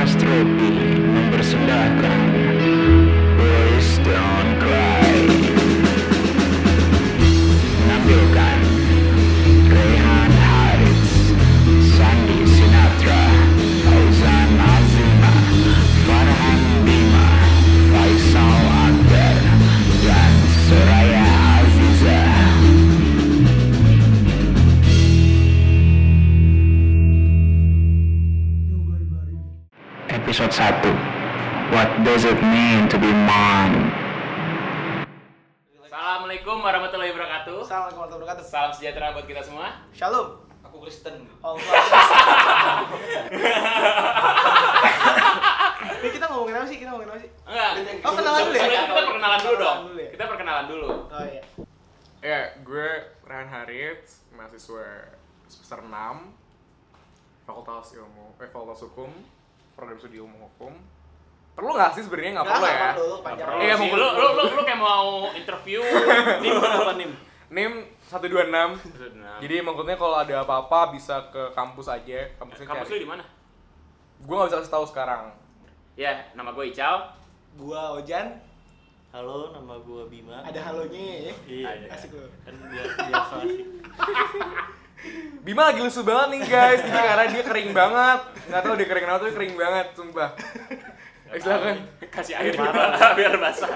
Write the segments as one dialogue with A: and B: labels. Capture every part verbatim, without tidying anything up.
A: Mas Tropi mempersembahkan Boys Don't Cry, menampilkan Rehan Harits, Sandi Sinatra, Fauzan Azima, Farhan Bima, Faisal Akbar, dan Soraya Aziza. Episode satu. What does it mean to be man?
B: Assalamualaikum warahmatullahi wabarakatuh.
C: Assalamualaikum warahmatullahi wabarakatuh.
B: Salam sejahtera buat kita semua.
C: Shalom.
D: Aku Kristen.
C: Oh, Ini kita ngomongin apa sih? Kita ngomongin apa sih?
B: Enggak.
C: Oh, kenalan dulu ya?
B: Sebelum itu kita perkenalan dulu dong.
C: Dulu ya?
B: Kita perkenalan dulu.
C: Oh iya.
E: Ya, gue Rehan Harits, mahasiswa semester enam Fakultas Ilmu, eh Fakultas Hukum, Program Studi Ilmu Hukum. Perlu nggak sih sebenarnya? Nggak perlu ya?
C: Nggak perlu, panjang.
B: Perlu
E: Iya,
B: sih.
E: mau-
B: lu, lu, lu, lu kayak mau interview nim apa nim?
E: NIM satu dua enam.
B: Jadi
E: Jadi maksudnya kalau ada apa-apa bisa ke kampus aja. Kampusnya
B: kampus lu
E: cari.
B: di mana?
E: Gue nggak bisa kasih tahu sekarang.
B: Ya, nama gue Ical.
C: Gua Ojan,
D: Halo, nama gua Bima.
C: ada halonya ya.
D: Iya,
B: Ada.
C: Asik lu.
D: kan biar biasa asik.
E: Bima lagi lusuh banget nih guys, ini karena dia kering banget. Nggak tahu dia kering kenapa tapi kering banget, sumpah. Eh, silakan.
B: Kasih air biar, biar basah.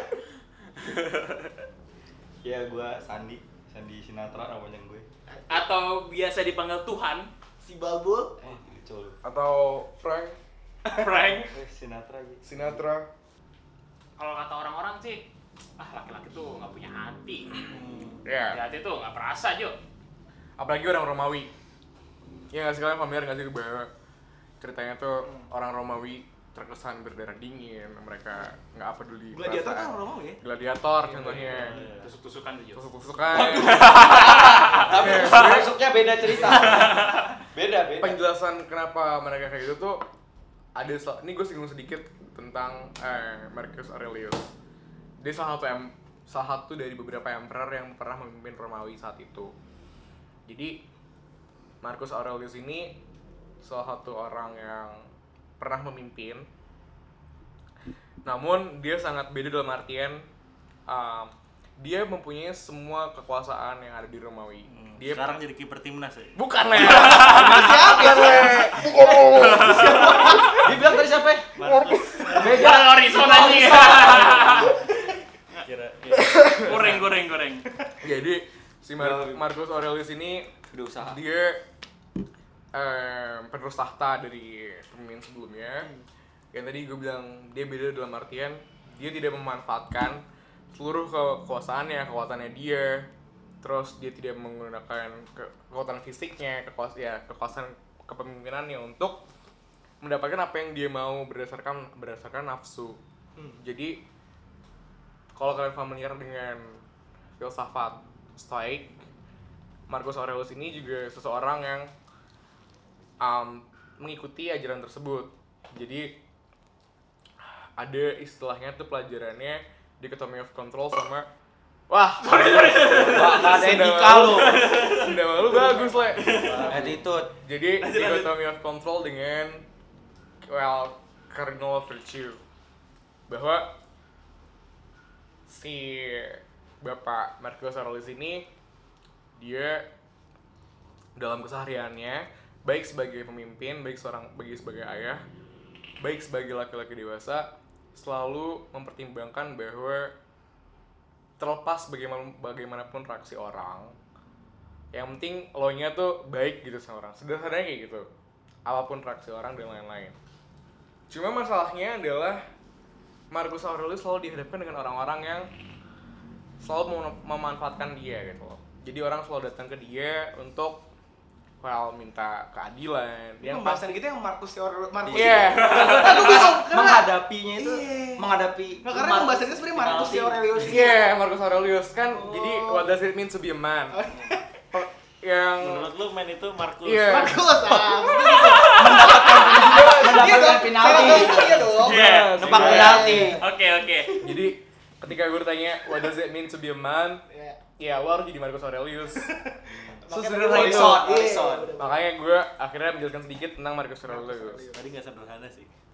D: Ya, gua Sandi, Sandi Sinatra namanya gue.
B: Atau biasa dipanggil Tuhan,
C: Si Balbul.
D: Eh, lucu lu.
E: Atau Frank
B: Frank.
D: Eh, Sinatra gitu.
E: Sinatra.
B: Kalau kata orang-orang sih, ah laki-laki tuh nggak punya hati.
E: Ya.
B: Hati tuh nggak perasa, Jo.
E: Apalagi orang Romawi. Ya nggak sih, kalian familiar nggak sih bahwa ceritanya tuh orang Romawi terkesan berdarah dingin, mereka nggak peduli
C: Gladiator
E: perasaan.
C: kan orang Romawi ya?
E: Gladiator contohnya.
B: Tusuk-tusukan tuh, Jo.
E: Tusuk-tusukan.
D: Tapi masuknya beda cerita. Beda, beda.
E: Penjelasan kenapa mereka kayak gitu tuh ada, sel- ini gue singgung sedikit tentang eh, Marcus Aurelius. Dia salah satu em- salah satu dari beberapa emperor yang pernah memimpin Romawi saat itu. Jadi Marcus Aurelius ini salah satu orang yang pernah memimpin. Namun dia sangat beda dalam artian um, dia mempunyai semua kekuasaan yang ada di Romawi. Dia
D: Sekarang jadi kiper timnas ya.
E: bukan le.
C: Siapa le?
D: Dibilang tadi siapa? Marcus.
B: Beda horizon anjing.
D: Kira
B: Goreng, goreng, goreng.
E: Jadi si Mar- Marcus Aurelius ini
D: udah usaha.
E: dia eh, penerus tahta dari pemimpin sebelumnya. Yang tadi gue bilang dia beda dalam artian dia tidak memanfaatkan seluruh kekuasaannya, kekuatannya dia. Terus dia tidak menggunakan ke- kekuatan fisiknya, kekuas ya, kekuasaan kepemimpinannya untuk mendapatkan apa yang dia mau berdasarkan berdasarkan nafsu. Jadi kalau kalian familiar dengan filsafat Stoik, Marcus Aurelius ini juga seseorang yang um, mengikuti ajaran tersebut. Jadi ada istilahnya tuh pelajarannya dichotomy of control sama wah,
D: Wah, enggak ada etika lu.
E: Sunda lu bagus, Le.
D: Attitude.
E: Jadi dichotomy of control dengan well cardinal virtue, bahwa si Bapak Marcus Aurelius ini dia dalam kesehariannya baik sebagai pemimpin, baik seorang baik sebagai ayah, baik sebagai laki-laki dewasa selalu mempertimbangkan bahwa terlepas bagaimana bagaimanapun reaksi orang, yang penting lo-nya tuh baik gitu sama orang. Sederhananya kayak gitu. Apapun reaksi orang dan lain-lain. Cuma masalahnya adalah Marcus Aurelius selalu dihadapkan dengan orang-orang yang selalu mem- memanfaatkan dia gitu loh. Jadi orang selalu datang ke dia untuk well, minta keadilan.
C: Yang pembahasan kita yang Marcus Aurelius. Marcus.
E: Iya.
C: Aku bingung karena
D: Menghadapinya itu
C: Iya.
D: menghadapi
C: Nah, karena pembahasan kita sebenarnya Marcus Aurelius.
E: Iya, Marcus Aurelius kan.
C: Oh.
E: Jadi what does it mean to be a man? Per- yang
D: Menurut lu main itu Marcus.
E: Iya.
C: Marcus ah.
D: Mendapatkan penalti.
C: Iya dong.
B: Iya.
D: Nebak
E: Iya.
D: penalti.
B: Oke, oke.
E: Jadi ketika gue tanya what does it mean to be a man?
C: Iya.
E: Ya lo harus jadi Marcus Aurelius.
C: Makanya
E: Sesederhana itu.
C: horizon,
D: horizon.
C: Iya,
E: Makanya gue akhirnya menjelaskan sedikit tentang Marcus Aurelius.
D: Tadi enggak sederhana sih.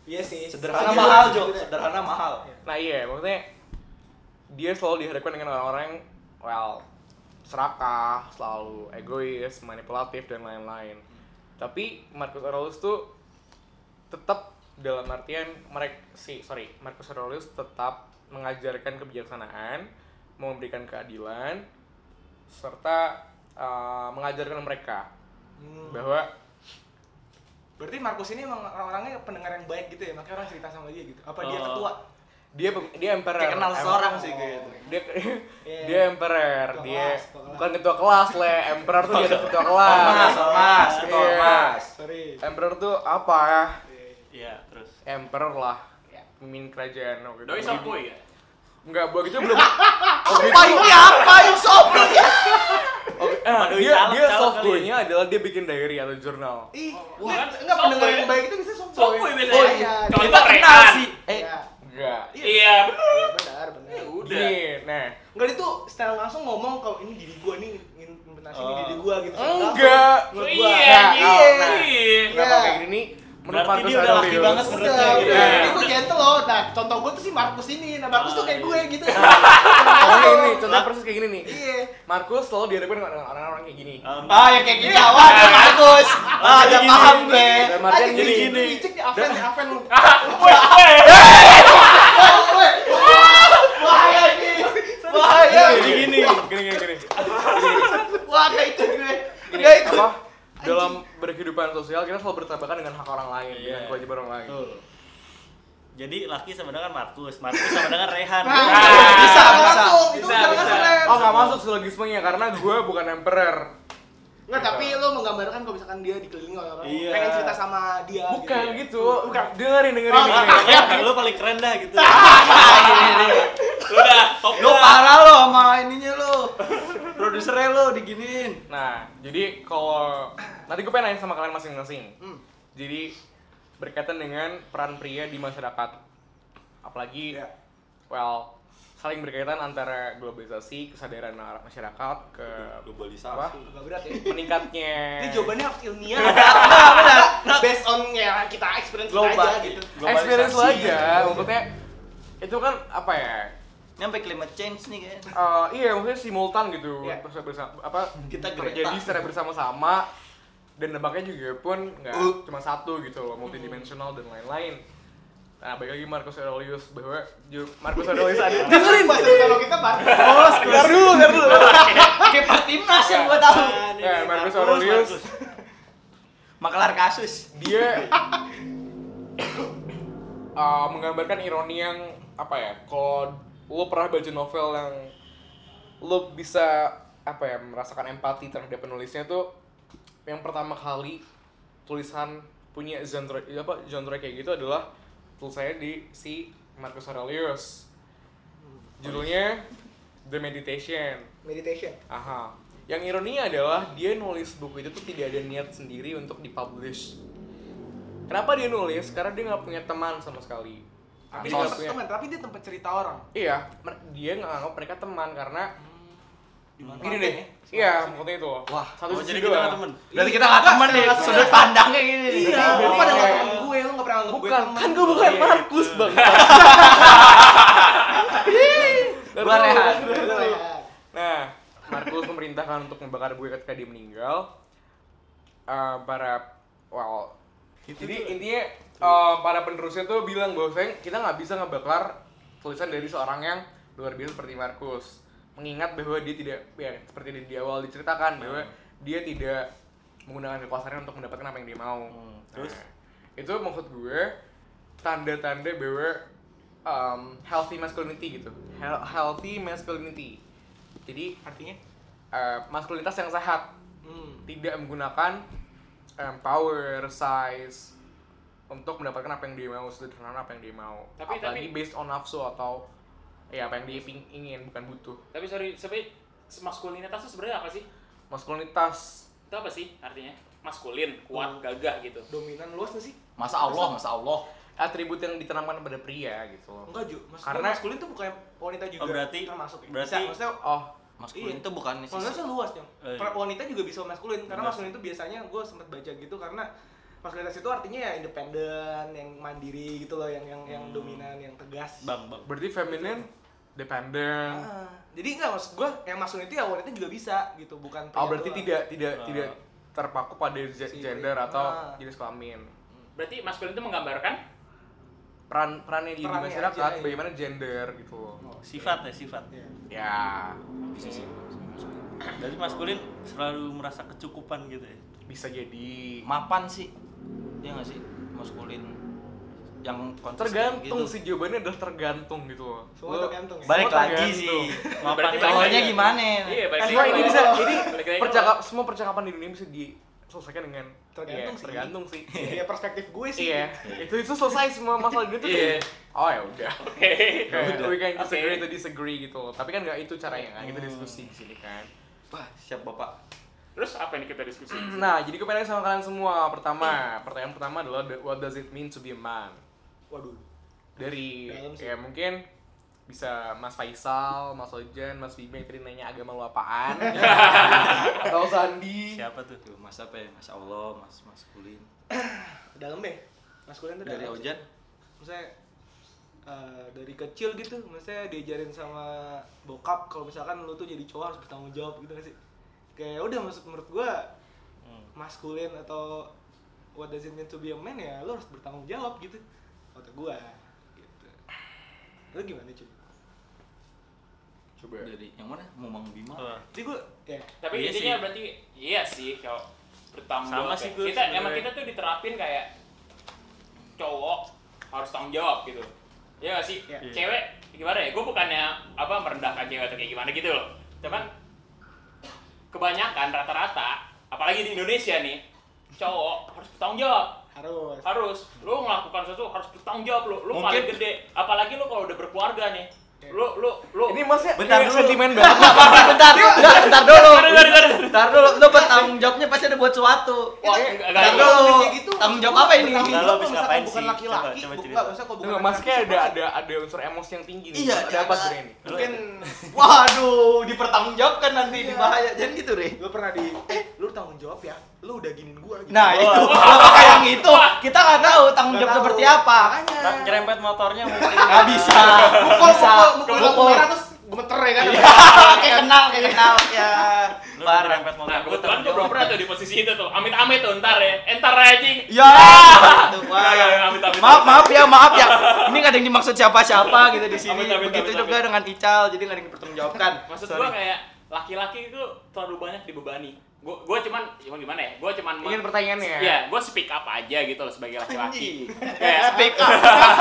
C: Iya sih.
D: Sederhana
C: Iya,
D: mahal,
C: iya,
D: Jo.
C: iya.
D: Sederhana mahal.
E: Nah iya, maksudnya dia selalu dihadapkan dengan orang-orang yang well serakah, selalu egois, manipulatif dan lain-lain. Tapi Marcus Aurelius tuh tetap dalam artian mereka si sorry Marcus Aurelius tetap mengajarkan kebijaksanaan, memberikan keadilan, serta uh, mengajarkan mereka
C: Hmm.
E: bahwa
C: Berarti Markus ini emang orangnya pendengar yang baik gitu ya, makanya orang cerita sama dia gitu. Apa dia
D: Oh.
C: ketua?
E: dia pem- dia emperor.
D: Kayak kenal
E: Em-
D: seseorang sih kayak gitu.
E: Dia
C: Iya.
E: dia emperor,
C: Ketua
E: dia
C: kelas, ketua kelas.
E: bukan ketua kelas le, emperor tuh dia ketua kelas.
D: Ormas, ormas, ketua
E: Iya.
D: ormas.
C: Sorry.
E: Emperor tuh apa ya?
D: Iya, terus.
E: Emperor lah, pemimpin kerajaan. Oke,
B: Doi Sampoy ya?
E: Enggak, begitu belum.
C: Apa ini apa yang sopo ya?
E: Oke, ah,
D: Doi
E: dia
D: calon-
E: dia
D: calon
E: soft
D: kali
E: boy-nya adalah dia bikin diary atau jurnal.
C: Ih,
B: Oh,
C: wah,
B: kan
C: enggak
B: sopo
C: pendengar
B: ya?
C: yang baik itu bisa sopo.
B: Sampoy biasanya.
C: Oh iya.
B: Kalau
C: Kita
B: itu
D: kenal
B: Rehan.
D: sih. Eh,
C: Iya.
E: Enggak.
B: Iya, bener.
C: Iya, benar, benar.
B: Ya udah.
E: Gini, nah.
C: Enggak itu secara langsung ngomong kalau ini diri gua nih implementasi ini
D: Oh.
C: diri gua gitu.
E: Enggak.
C: Menurut
B: Oh,
C: gua.
B: iya,
C: Nah,
B: iya.
C: iya.
B: Iya.
E: Kenapa kayak gini nih? Menurut
D: Berarti
E: Marcus
D: dia udah laki
E: Aurelius.
D: banget
C: Udah,
D: menurutnya gitu.
C: udah.
E: Iya.
C: Ini gua gentle loh. Nah, contoh gua tuh si Markus ini. Nah, Markus tuh kayak gue gitu.
E: Contohnya ini, contohnya persis kayak gini nih.
C: Iya.
E: Marcus selalu dihadapin dengan orang-orang kayak gini.
D: Um,
C: Ah, yang kayak gini awal ya Markus. Ah,
D: Jadi
C: udah
D: gini.
C: paham gue.
E: Dalam artian
C: Ah,
E: gini.
C: gini. Cek di Aven, di Aven lu.
B: Woi, woi.
C: Woi, bahaya ini. Bahaya.
E: Gini gini, gini gini gini.
C: Wah, kayak itu gue.
E: Gini,
C: Enggak itu.
E: apa? Dalam berkehidupan sosial kita selalu bertabrakan dengan hak orang lain,
D: Iya.
E: dengan kewajiban orang lain.
D: Betul. Jadi laki sama dengan Markus, Markus sama dengan Rehan.
C: Nah,
B: Ah,
C: bisa
B: bisa,
C: langsung. Itu
B: bisa,
C: sangat
B: bisa.
C: keren.
E: Oh nggak masuk silogismenya karena gue bukan emperor.
C: Enggak, tapi lo menggambarkan kalau misalkan dia dikelilingi oleh orang
D: Iya.
C: pengen cerita sama dia.
E: Bukan
C: gitu.
E: gitu. Bukan. Dengerin dengerin.
C: Oh,
E: dengerin.
D: Ya, lu paling keren dah gitu.
B: Udah, top
D: Lu
B: dah.
D: parah lo sama ininya lo. Produsernya lo diginiin.
E: Nah, jadi kalau nanti gue pengen nanya sama kalian masing-masing.
C: Hmm.
E: Jadi berkaitan dengan peran pria di masyarakat, apalagi,
C: Iya.
E: well, saling berkaitan antara globalisasi, kesadaran masyarakat ke
D: Globalisasi.
E: apa?
C: Agak berat ya.
E: Meningkatnya.
C: Ini jawabannya harus ilmiah. Enggak, benar. Based on ya kita experience kita
D: Global
C: aja gitu.
E: Experience lo
D: Globalisasi.
E: aja, maksudnya itu kan apa ya?
D: Nyampe climate change nih kayaknya.
E: Eh, iya, maksudnya simultan gitu,
C: Iya.
E: bersama, bersama apa
C: Kita
E: terjadi
C: Greta.
E: secara bersama-sama dan dampaknya juga pun nggak
C: Uh.
E: cuma satu gitu loh, multidimensional dan lain-lain. Nah, balik lagi Marcus Aurelius bahwa Ju- Marcus Aurelius ada
C: Dengerin bahasa kalau kita Markus.
E: oh, sebentar dulu, sebentar dulu.
D: Kayak Pertimnas yang gua tahu.
E: Ya, Marcus Aurelius
D: Makelar kasus.
E: dia uh, menggambarkan ironi yang apa ya? Kalau lo pernah baca novel yang lo bisa apa ya merasakan empati terhadap penulisnya tuh yang pertama kali tulisan punya genre apa genre kayak gitu adalah tulisannya di si Marcus Aurelius. Judulnya The Meditation.
C: Meditation.
E: Aha. Yang ironinya adalah dia nulis buku itu tuh tidak ada niat sendiri untuk dipublish. Kenapa dia nulis? Karena dia nggak punya teman sama sekali.
C: Tapi
E: Dia
C: dia
E: nggak
C: tempat
E: punya-
C: teman, tapi dia tempat cerita orang.
E: Iya, mer- dia nggak anggap mereka teman karena
C: Gimana?
E: gini deh. Iya, maksudnya itu.
D: Wah,
E: satu
D: oh,
E: sisi
D: jadi kita
E: doang.
D: nggak temen.
C: Berarti kita nggak temen nih,
D: Sudut pandangnya gini nih.
C: Iya,
E: Iya.
C: lu pada nggak temen gue, lu nggak pernah anggap gue
E: Bukan,
C: temen.
E: kan gue bukan
D: Iya.
E: Markus, Bang.
D: Gua Rehan.
C: Lu ya.
E: Nah, Markus memerintahkan untuk membakar buku ketika dia meninggal. Eh, para well, jadi intinya eh, para penerusnya tuh bilang bahwa kita nggak bisa ngebakar tulisan dari seorang yang luar biasa seperti Markus. Mengingat bahwa dia tidak, ya seperti di, di awal diceritakan bahwa dia tidak menggunakan kekuasaannya untuk mendapatkan apa yang dia mau.
D: Hmm, terus?
E: Nah, itu maksud gue tanda-tanda bahwa um, healthy masculinity gitu, Hel- healthy masculinity. Jadi
C: Artinya?
E: uh, maskulinitas yang sehat,
C: Hmm.
E: tidak menggunakan um, power, size untuk mendapatkan apa yang dia mau, sederhana apa yang dia mau.
B: Tapi-
E: Apalagi
B: tapi-
E: based on nafsu atau ya apa yang dia ping- ingin, bukan butuh.
B: Tapi sorry, sebenarnya maskulinitas itu sebenarnya apa sih?
E: Maskulinitas
B: Itu apa sih artinya? Maskulin, kuat, gagah gitu.
C: Dominan luas nggak sih?
D: Masa Allah, masa Allah.
E: atribut yang ditanamkan pada pria gitu loh.
C: Enggak, Ju. Maksudnya
E: Karena-
C: maskulin tuh bukan wanita juga.
D: Oh, berarti-
C: termasuk. ya?
D: berarti-
C: Bisa, maksudnya
E: Oh,
D: Maskulin
C: Iya.
D: itu bukan
C: maksudnya
D: sisi.
C: luas, Jong.
D: Eh,
C: Per- Wanita juga bisa maskulin karena
D: Benar
C: maskulin itu biasanya gue sempet baca gitu karena maskulinitas itu artinya ya independen, yang mandiri gitu loh, yang yang yang
F: Hmm.
C: dominan, yang tegas.
F: Bang, bang.
E: Berarti feminin dependent.
C: Ah, jadi enggak, maksud gue yang maskulin itu ya wanita juga bisa gitu, bukan
E: Oh,
C: pria
E: berarti
C: doang.
E: tidak tidak
F: Ah.
E: tidak terpaku pada ge-
C: Si-
E: gender atau
C: ah.
E: jenis kelamin.
B: Berarti maskulin itu menggambarkan
E: Peran perannya di
C: Perannya
E: masyarakat
C: aja, iya.
E: bagaimana gender gitu.
F: Sifat ya, sifat.
C: Iya.
E: Ya.
F: Dari maskulin selalu merasa kecukupan gitu ya.
E: Bisa jadi
G: Mapan sih. Iya nggak sih? Maskulin yang konsisten
E: tergantung
G: gitu.
E: sih, jawabannya adalah tergantung gitu loh.
C: Semua
E: Lo-
C: tergantung ya.
G: Balik
E: Semua
G: lagi
E: tergantung.
G: sih.
F: Mapan
B: Berarti
F: itu
B: balik
G: Cowoknya
B: lagi.
G: gimana?
B: Iya, balik
E: Semua
B: lagi.
E: ini bisa, jadi
B: Balik lagi.
E: percakap semua percakapan di dunia bisa diselesaikan dengan
C: Tergantung
E: iya,
C: sih.
E: tergantung sih.
C: Ya perspektif gue sih.
E: Iya, itu itu selesai semua masalah dunia tuh.
B: Iya.
E: kayak, oh ya udah.
B: Oke.
E: Kayak, we can disagree
B: Oke.
E: to disagree gitu loh. Tapi kan nggak itu caranya kan, kita diskusi di sini kan.
G: Wah, siap Bapak.
B: Terus apa yang kita diskusi?
E: Nah, jadi gue pengen sama kalian semua. Pertama, pertanyaan pertama adalah what does it mean to be a man?
C: Waduh.
E: Dari
C: Dalam sih.
E: ya mungkin bisa Mas Faisal, Mas Ojan, Mas Bima yang tadi nanya agama lu apaan? Atau Sandi.
F: siapa tuh?
G: Tuh, Mas apa ya? Masya Allah, Mas maskulin.
C: Dalam deh. Maskulin itu
G: Dari
C: dalam sih.
G: Ojan.
C: Maksudnya eh, dari kecil gitu, maksudnya diajarin sama bokap kalau misalkan lu tuh jadi cowok harus bertanggung jawab gitu gak sih? Kayak udah maksud menurut gua
F: Hmm.
C: maskulin atau what does it mean to be a man ya lu harus bertanggung jawab gitu. Kata gua gitu. Lu gimana cuy?
E: Coba.
G: Dari yang mana? Momang Bima.
F: Wah,
C: Jadi gua ya
B: Tapi
F: Iya
B: intinya
F: sih.
B: berarti iya sih kalau bertanggung
F: Sama
B: jawab.
F: sih
B: ya.
F: gue
B: Kita
F: sebenarnya.
B: emang kita tuh diterapin kayak cowok harus tanggung jawab gitu. Iya gak sih?
C: Iya.
B: Cewek gimana ya? Gue bukannya apa merendahkan cewek atau kayak gimana gitu loh. Cuman kebanyakan rata-rata, apalagi di Indonesia nih, cowok harus bertanggung jawab.
C: harus.
B: Harus. Lu melakukan sesuatu harus bertanggung jawab lu. Lu
G: Mungkin-
B: paling gede. Apalagi lu kalau udah berkeluarga nih. Lu lu lu
E: Ini masnya
G: Bentar
E: kayak
G: dulu.
E: sentimen banget.
G: bentar, bentar, bentar dulu.
B: Sorry, sorry, sorry.
G: Bentar dulu, lu bertanggung jawabnya pasti ada buat suatu.
B: Wah,
C: Eh,
B: enggak
G: bentar
B: enggak.
G: dulu.
C: Kayak gitu,
G: Tanggung
C: maksud
G: jawab
C: gua
G: apa ini?
C: bertanggung
F: Nah,
C: jawab
F: lo
C: kalau
F: bisa
C: misalkan
F: ngapain
C: bukan
F: sih?
C: laki-laki.
F: Coba- coba
C: Bu-
F: cerita.
C: enggak, maksudnya kalau bukan
E: Enggak, mas kayak
C: laki-laki
E: ada
C: siapa?
E: ada ada unsur emosi yang tinggi nih.
G: Iya,
E: ada apa
G: ada.
E: sebenarnya ini?
C: Mungkin
G: Waduh, dipertanggungjawabkan nanti
C: Iya.
G: di bahaya. Jangan gitu, Re.
C: lu pernah di eh lu tanggung jawab ya. Lu udah giniin gua gitu.
G: Nah,
F: Oh.
G: itu. Kayak yang itu. Kita nggak tahu tanggung
C: Nggak
G: jawab
C: tahu.
G: seperti apa.
C: Makanya.
F: Nah, nyerempet motornya mungkin.
G: Nggak bisa.
C: Mukul,
G: Bisa.
C: mukul, mukul lampu
G: Mukul.
C: merah terus gemeter ya kan.
G: Iya, kayak kenal, kayak kenal. Ya,
F: Lu
G: parah.
F: nyerempet motor.
B: Nah,
F: gua
B: kebetulan
F: tanggung
B: gue belum
F: jawab.
B: pernah tuh di posisi itu tuh. Amit-amit tuh, ntar ya. Entar anjing.
G: Ya, tuh, wah.
B: Nggak, nggak, nggak, amit-amit.
G: Maaf, maaf ya, maaf ya. Ini nggak ada yang dimaksud siapa-siapa gitu di sini.
B: Amit, amit,
G: Begitu
B: amit,
G: juga
B: amit.
G: dengan Ical, jadi nggak ada yang dipertanggungjawabkan.
B: Maksud
G: Sorry.
B: gue kayak laki-laki itu terlalu banyak dibebani. Gue gue cuman cuman gimana ya? Gue cuman
E: Ingin pertanyaannya ya?
B: Iya, gue speak up aja gitu loh sebagai laki-laki.
G: Anjing.
B: Kayak
G: Speak up.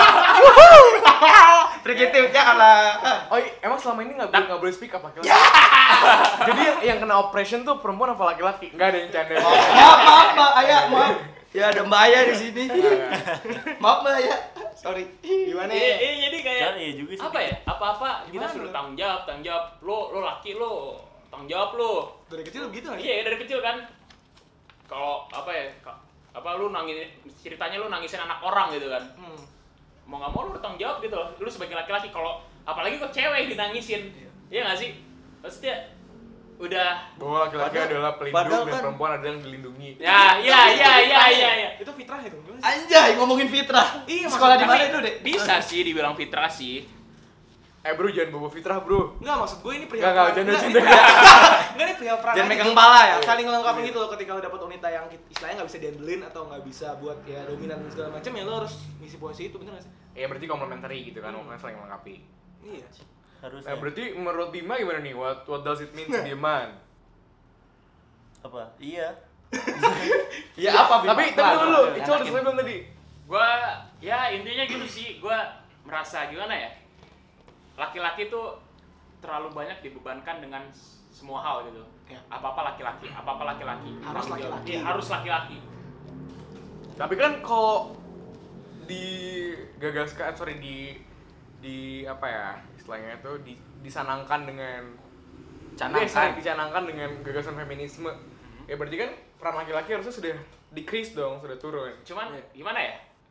G: Preventifnya kalah.
E: Oh, iya, emang selama ini nggak
B: Nah.
E: boleh nggak boleh speak up laki-laki? Jadi yang kena oppression tuh perempuan apa laki-laki? Nggak ada yang canda.
G: Maaf, maaf, Mbak Ayah, maaf. Ya ada Mbak Ayah di sini. Maaf Mbak Ayah. Sorry.
C: Gimana
B: iya,
C: ya?
B: iya, jadi kayak
F: Kan iya juga sih.
B: apa ya? Apa-apa kita
C: Gimana
B: suruh
C: lu?
B: tanggung jawab, tanggung jawab. Lo lo laki lo, tanggung jawab lo.
C: Dari kecil begitu nggak sih?
B: Iya, dari kecil kan. Kalau apa ya? ka- Apa lu nangis ceritanya lu nangisin anak orang gitu kan.
C: Hmm.
B: Mau nggak mau lu bertanggung jawab gitu loh. Lu sebagai laki-laki kalau apalagi kok cewek dinangisin. Iya nggak sih? Maksudnya udah
E: Bahwa laki-laki
G: Padahal-
E: adalah pelindung
G: padahal
E: dan
G: kan-
E: perempuan adalah yang dilindungi.
B: ya iya iya iya iya iya.
C: Itu fitrah itu. Gimana sih?
G: Anjay, ngomongin fitrah.
C: Iya,
G: Sekolah di
B: Tapi
G: mana itu, Dek?
B: bisa sih dibilang fitrah sih.
E: Eh bro, jangan bawa fitrah bro.
C: Enggak, maksud gue ini pria
E: Nggak, nggak,
C: peran.
E: jangan,
C: Nggak,
E: jangan.
C: ini pria- Nggak, ini pria peran
G: Jangan
C: aja
G: megang
C: gitu.
G: kepala ya.
C: Saling ngelengkapin gitu loh ketika lo dapet wanita yang kit- istilahnya nggak bisa diandelin atau nggak bisa buat ya dominan dan segala macam ya lo harus ngisi posisi itu, bener nggak sih?
E: Ya berarti complementary gitu kan, maksudnya saling melengkapi.
C: Iya.
F: Harus
E: Nah, berarti menurut Bima gimana nih? What what does it mean to be a man?
F: apa? Iya.
G: Ya apa, Bima?
E: Tapi tapi dulu,
G: Nah,
E: Icol
G: enakin.
E: disebut belum tadi?
B: Gua ya intinya gitu sih. Gua merasa gimana ya? Laki-laki tuh terlalu banyak dibebankan dengan s- semua hal gitu.
C: Ya.
B: Apa-apa laki-laki, apa-apa laki-laki.
C: Harus
B: Tanggung jawab.
C: laki-laki.
B: Iya, harus laki-laki.
E: Tapi kan kalau digagaskan, sorry di di apa ya istilahnya itu di, disanangkan dengan
G: Canangkan.
E: Eh, sorry, dicanangkan dengan gagasan feminisme. Ya berarti kan peran laki-laki harusnya sudah decrease dong, sudah turun.
B: Cuman
C: Iya.
B: gimana ya?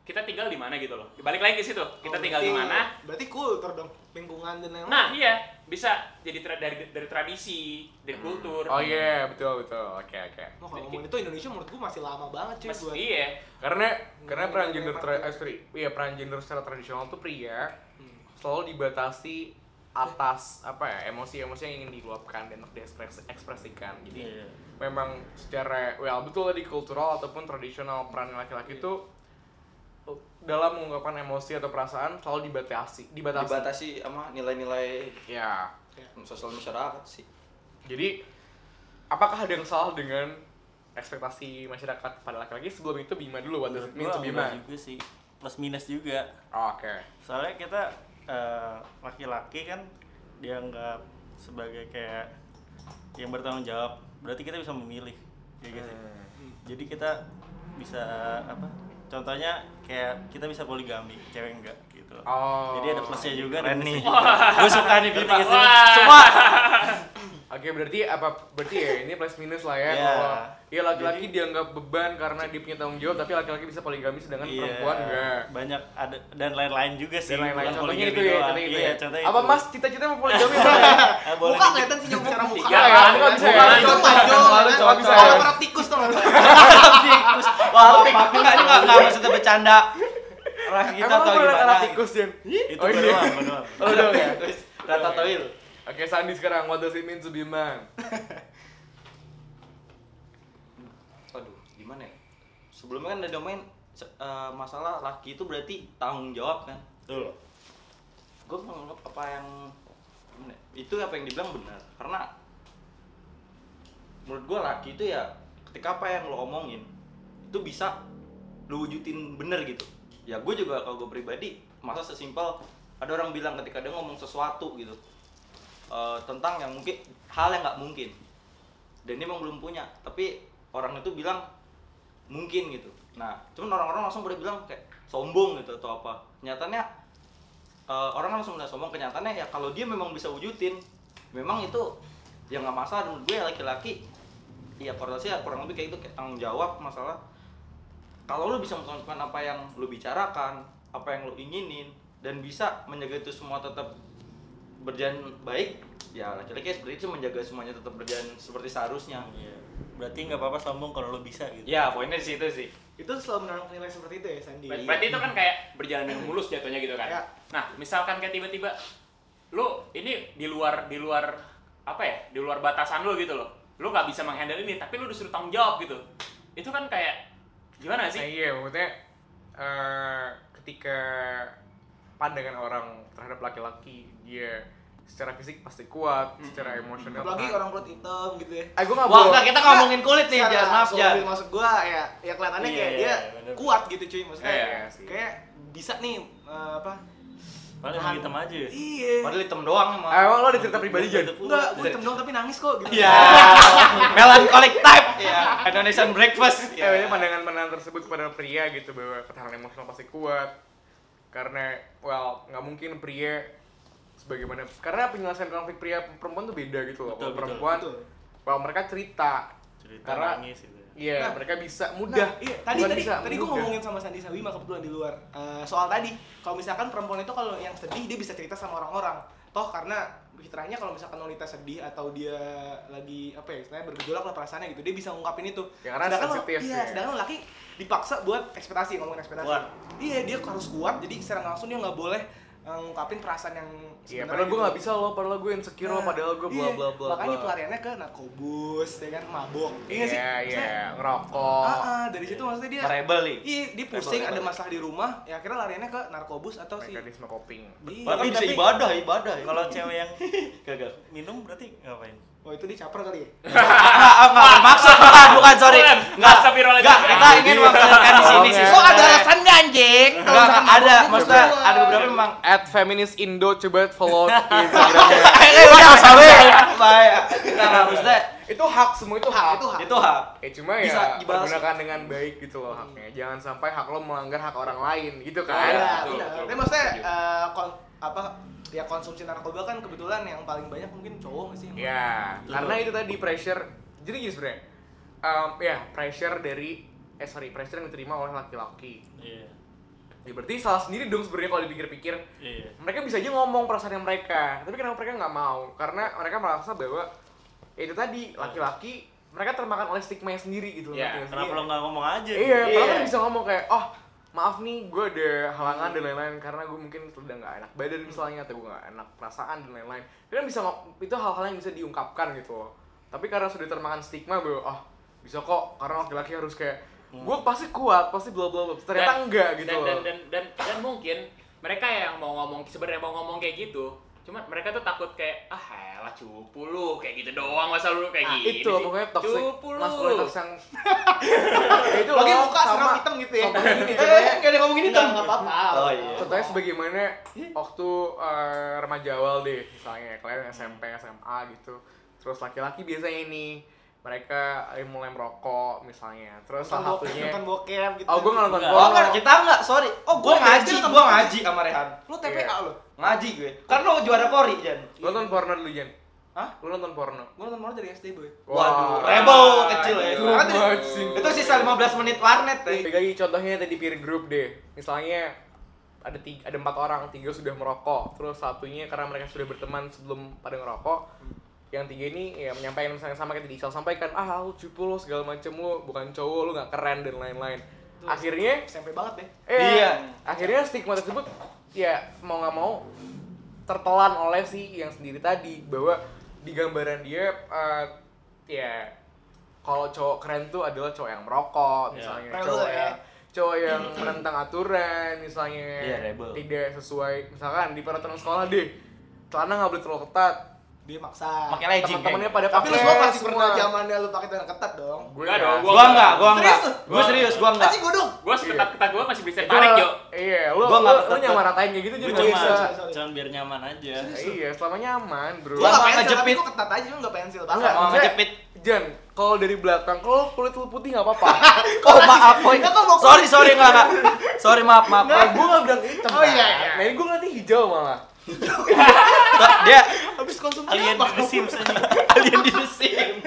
B: kita tinggal di mana gitu loh. Balik lagi ke situ. Kita
C: Oh,
B: tinggal di
C: berarti-
B: mana?
C: Berarti kultur dong, lingkungan dan lain-lain.
B: Nah, iya, bisa jadi tra- dari dari tradisi, dari kultur.
E: Oh iya, betul betul. Oke oke.
C: Oh, kalau ngomongin itu Indonesia menurut gua masih lama banget cuy
B: Mas,
C: buat.
B: iya.
E: Karena karena peran
C: Iya,
E: gender
C: iya,
E: tra-
C: Pak.
E: eh, sorry, iya peran gender secara tradisional tuh pria
C: Hmm.
E: selalu dibatasi atas apa ya emosi-emosi yang ingin diluapkan dan untuk diekspresikan. Jadi
F: Iya.
E: memang secara well betul tadi kultural ataupun tradisional peran laki-laki itu dalam mengungkapkan emosi atau perasaan selalu dibatasi dibatasi.
G: Dibatasi sama nilai-nilai
E: Ya.
G: sosial masyarakat sih.
E: Jadi apakah ada yang salah dengan ekspektasi masyarakat pada laki-laki? Sebelum itu Bima dulu, what does it mean
F: Gua
E: to be
F: enggak
E: man?
F: juga sih, plus minus juga.
E: Oh, oke.
F: Soalnya kita eh, laki-laki kan dianggap sebagai kayak yang bertanggung jawab. Berarti kita bisa memilih, ya gitu.
E: Hmm.
F: Jadi kita bisa apa? Contohnya kayak kita bisa poligami, cewek enggak gitu.
E: Oh.
F: Jadi ada plusnya juga.
G: Keren
F: dan
G: nih.
F: minusnya. Gue suka nih
B: Ngerti
F: berarti
B: nggak sih?
F: gitu.
B: Wah.
E: Oke, berarti apa? Berarti ya ini plus minus lah ya.
F: Iya.
E: Kalau ya laki-laki dianggap beban karena dia punya tanggung jawab, tapi laki-laki bisa poligami sedangkan
F: Iya,
E: perempuan enggak.
F: banyak ada dan lain-lain juga sih.
E: Dan lain-lain.
F: bukan
E: Contohnya
F: poligami
E: itu ya,
F: doang.
E: contohnya itu
F: Iya,
E: ya.
F: contohnya
E: Apa
F: itu.
E: Mas cita-cita mau poligami Mas?
F: Ah, boleh
C: Muka
F: dikit.
C: kelihatan sih yang bicara muka.
B: Tiga,
C: ya,
E: kan? Kok bisa ya?
C: Manjol, manjol,
E: Malu,
C: kan?
E: coba bisa
C: Kalau
E: ya?
C: pernah tikus tuh nggak?
G: Tikus. Wah, enggak enggak enggak maksudnya bercanda. Ras kita
E: Emang
G: atau
E: lu pernah
G: gimana?
E: kena tikus, Jen?
F: Itu
E: Oh,
F: gua
E: iya.
F: doang, gua doang.
E: Oh, udah ya.
G: Ratatouille.
E: Oke, Sandi sekarang, what does it mean to be man?
G: Aduh, gimana ya? Sebelumnya kan ada domain se- eh, masalah laki itu berarti tanggung jawab kan.
F: Betul.
G: Gue menganggap apa yang gimana ya? Itu apa yang dibilang benar karena menurut gue laki itu ya ketika apa yang lo omongin itu bisa lo wujudin bener gitu. Ya gue juga kalau gue pribadi masa sesimpel ada orang bilang ketika dia ngomong sesuatu gitu eh, tentang yang mungkin hal yang nggak mungkin dan dia emang belum punya tapi orang itu bilang mungkin gitu. Nah cuman orang-orang langsung pada bilang kayak sombong gitu atau apa. Nyatanya uh, orang langsung udah sombong, kenyataannya ya kalau dia memang bisa wujudin memang itu ya nggak masalah. Dan menurut gue ya laki-laki ya kalau sih ya kurang lebih kayak itu kayak tanggung jawab masalah. Kalau lu bisa melakukan apa yang lu bicarakan, apa yang lu inginin dan bisa menjaga itu semua tetap berjalan baik, ya laki-laki seperti itu menjaga semuanya tetap berjalan seperti seharusnya.
F: Iya. Berarti nggak apa-apa sombong kalau lo bisa gitu.
G: Ya poinnya di situ sih.
C: Itu selalu menanam nilai seperti itu ya Sandi.
B: Ber- Berarti itu kan kayak berjalan dengan mulus jatuhnya gitu kan.
C: Ya.
B: Nah, misalkan kayak tiba-tiba lu ini di luar di luar apa ya? Di luar batasan lu gitu loh. Lu nggak bisa menghandle ini, tapi lu disuruh tanggung jawab gitu. Itu kan kayak gimana
E: Nah,
B: sih?
E: iya, maksudnya eh, ketika pandangan orang terhadap laki-laki dia secara fisik pasti kuat, secara emosional.
C: Apalagi
E: kuat.
C: orang kulit hitam gitu ya.
E: Eh, gue nggak
G: Wah,
E: bawa.
G: enggak, kita ngomongin kulit nih,
C: Secara
G: Jan. Maaf,
C: sosial
G: Jan.
C: maksud gua ya ya kelihatannya
F: Iya,
C: kayak
F: iya,
C: dia
F: bener.
C: kuat gitu cuy maksudnya.
E: Iya, sih.
C: Kayak bisa nih eh, apa?
F: Paling emang hitam aja ya.
C: Iya.
G: Padahal hitam doang emang.
E: Eh, emang lo ada cerita pribadi, Jan?
C: Enggak, gue hitam dong tapi nangis kok gitu.
G: Iya. Melancholic type. Iya. Indonesian breakfast.
E: Ya, maksudnya pandangan-pandangan tersebut kepada pria gitu bahwa ketahanan emosional pasti kuat. Karena, well, nggak mungkin pria sebagaimana karena penyelesaian konflik pria perempuan tuh beda gitu loh. Kalau
F: Betul, betul,
E: perempuan,
C: betul.
E: well, mereka cerita.
F: Cerita
E: Karena-
F: nangis gitu.
E: Iya,
C: Nah,
E: mereka bisa mudah.
C: Nah, iya, tadi
E: Bukan
C: tadi
E: bisa,
C: tadi gue
E: mudah.
C: ngomongin sama Sandi Sawima kebetulan di luar Eh, soal tadi kalau misalkan perempuan itu kalau yang sedih dia bisa cerita sama orang-orang toh karena fitrahnya kalau misalkan wanita sedih atau dia lagi apa ya istilahnya bergejolak lah perasaannya gitu dia bisa ngungkapin itu
E: Ya, karena
C: sedangkan
E: sensitif
C: iya
E: ya.
C: sedangkan laki dipaksa buat ekspektasi ngomongin ekspektasi
F: Kuat.
C: iya dia harus kuat jadi secara nggak langsung dia nggak boleh eh, ngungkapin perasaan yang
E: Iya,
C: sebenarnya
E: padahal gue
C: gitu.
E: nggak bisa loh, padahal gue insecure loh,
C: Nah,
E: padahal gue bla
C: iya,
E: bla bla.
C: makanya
E: bla.
C: pelariannya ke narkobus ya kan mabok iya nggak sih
E: Iya,
C: Maksudnya,
E: iya, ngerokok.
C: ah, ah, dari situ maksudnya dia
G: Merebel nih.
C: iya dia pusing
G: Rebel,
C: ada
G: rebel.
C: masalah di rumah ya akhirnya lariannya ke narkobus atau si
E: Mekanisme coping.
C: Iya.
G: Tapi bisa
F: Tapi-
G: ibadah, ibadah. ya.
F: Kalau cewek yang
G: Gagal.
F: minum berarti ngapain?
C: oh itu dicaper kali ya
G: Enggak, enggak bermaksud, bukan, bukan, sorry.
B: Bukan.
G: Enggak,
B: Astagfirullahaladzim.
G: enggak, kita ingin memperlihatkan di sini sih.
C: kok ada alasannya anjing
G: Enggak, enggak, ada, maksudnya ada beberapa memang.
E: At Feminist Indo, coba follow Instagramnya.
G: Eh, udah, sorry. Bahaya. Enggak, enggak, maksudnya
E: Itu hak, semua itu hak.
C: itu hak
G: itu hak.
E: Eh cuma
G: Bisa
E: ya
G: dibalas.
E: pergunakan dengan baik gitu loh haknya. Jangan sampai hak lo melanggar hak orang lain gitu
C: Iya,
E: kan.
B: betul,
C: benar.
B: betul,
C: Tapi maksudnya
B: setuju.
C: eh, kon- apa ya konsumsi narkoba kan kebetulan yang paling banyak mungkin cowok nggak sih?
E: Ya, karena itu tadi pressure. Jadi gini sebenarnya. Em, ya, pressure dari eh sorry, pressure yang diterima oleh laki-laki.
F: Iya.
E: Ya berarti salah sendiri dong sebenarnya kalau dipikir-pikir.
F: Iya.
E: Mereka bisa aja ngomong perasaannya mereka, tapi kenapa mereka nggak mau? Karena mereka merasa bahwa ya itu tadi laki-laki mereka termakan oleh stigma sendiri gitu.
B: Iya,
E: ngerti nggak sih?
F: Kenapa lo nggak ngomong aja?
E: Iya,
C: Iya.
E: padahal kan bisa ngomong kayak, oh maaf nih gue ada halangan dan lain-lain karena gue mungkin udah nggak enak badan misalnya atau gue nggak enak perasaan dan lain-lain. Kan bisa ngom- itu hal-hal yang bisa diungkapkan gitu loh. Tapi karena sudah termakan stigma bahwa oh bisa kok karena laki-laki harus kayak gue pasti kuat, pasti bla bla bla. Ternyata
B: Dan-
E: enggak gitu
B: dan,
E: loh.
B: dan, dan, dan, dan mungkin mereka yang mau ngomong sebenarnya mau ngomong kayak gitu, cuman mereka tuh takut kayak ah elah cupu lu kayak gitu doang masa lu kayak
E: Nah,
B: gini
E: itu
B: sih.
E: pokoknya toxic
B: Cupu lu.
E: maskulinitas yang ya itu
C: Lagi
E: loh,
C: muka
E: sama
C: serang hitam gitu ya.
E: contohnya ini,
C: Eh,
E: contohnya
C: enggak ada ngomong gini tuh. Enggak apa-apa.
G: Oh iya.
E: contohnya sebagaimana waktu eh, remaja awal deh misalnya kalian S M P S M A gitu terus laki-laki biasanya ini mereka eh, mulai merokok misalnya terus salah
C: Nonton bokep,
E: satunya
C: nonton bokep gitu.
E: oh gue nggak nonton
F: Enggak.
G: Oh
E: porno
G: enggak, kita enggak, sorry. Oh, gua
C: Gua
G: ngaji,
C: ngaji,
G: gua ngaji sama Rehan.
C: Lu T P A lu?
G: Ngaji gue. Kan lo juara Kori, Jan.
E: lu nonton porno dulu Jan
C: Hah?
E: lu nonton porno
C: Gua nonton porno dari S D, boy.
G: Waduh,
E: Wah.
G: rebel kecil ya.
E: Itu
C: Kan
E: banget sih.
G: Itu sisa lima belas menit warnet deh.
E: Bagi lagi contohnya tadi peer group deh. Misalnya ada tiga, ada empat orang, tiga sudah merokok, terus satunya karena mereka sudah berteman sebelum pada ngerokok. Yang tiga ini ya menyampaikan misalnya sama kayak tadi Iqbal sampaikan, ah lu cupu lu segala macem lu bukan cowok lu nggak keren dan lain-lain. Akhirnya
C: S M P banget deh.
E: eh,
G: Iya.
E: akhirnya stigma tersebut ya mau nggak mau tertelan oleh si yang sendiri tadi bahwa di gambaran dia eh, ya kalau cowok keren tuh adalah cowok yang merokok misalnya
C: Rebel
E: cowok
C: ya.
E: yang cowok yang menentang aturan misalnya
G: Iya, rebel.
E: tidak sesuai misalkan di peraturan sekolah deh celana nggak boleh terlalu ketat
C: Dia maksa.
G: Pakai legging.
E: teman-temannya pada
C: Tapi lu
E: pakai
C: semua pasti
E: semua.
C: pernah zamannya lu pakai celana ketat dong.
E: Gue
B: Enggak dong,
G: Gua enggak, gua enggak.
C: Serius lu?
G: Gua serius, gua enggak.
C: Anjing gua dong.
B: Gua seketat-ketat gua masih bisa
E: Itu-
B: tarik, Jo.
E: iya lu
G: Gua nggak
E: lu, lu
G: ketat,
E: nyaman
G: gua-
E: ratain kayak gitu
F: Gue
E: juga
F: cuma,
E: bisa
C: sorry.
F: cuma biar nyaman aja.
E: iya selama nyaman bro
C: Gua enggak
G: Lama
C: pensil, tapi
G: ngejepit.
C: gua ketat aja, lu enggak pensil banget.
E: Enggak,
G: Sama
E: maksudnya,
G: ngejepit.
E: Jan, kalau dari belakang, kalau kulit lu putih nggak apa-apa.
G: Oh maaf, boy.
C: Enggak, kok mau-
G: Sorry, sorry enggak enggak. Sorry, maaf, maaf.
E: Nah, gue nggak bilang hitam.
C: Oh, iya,
E: kan?
C: iya.
E: Nah, ini gue nanti hijau malah.
G: Dia
C: Habis konsumsi
F: Alien
C: apa?
F: di The Sims aja.
G: alien di The Sims.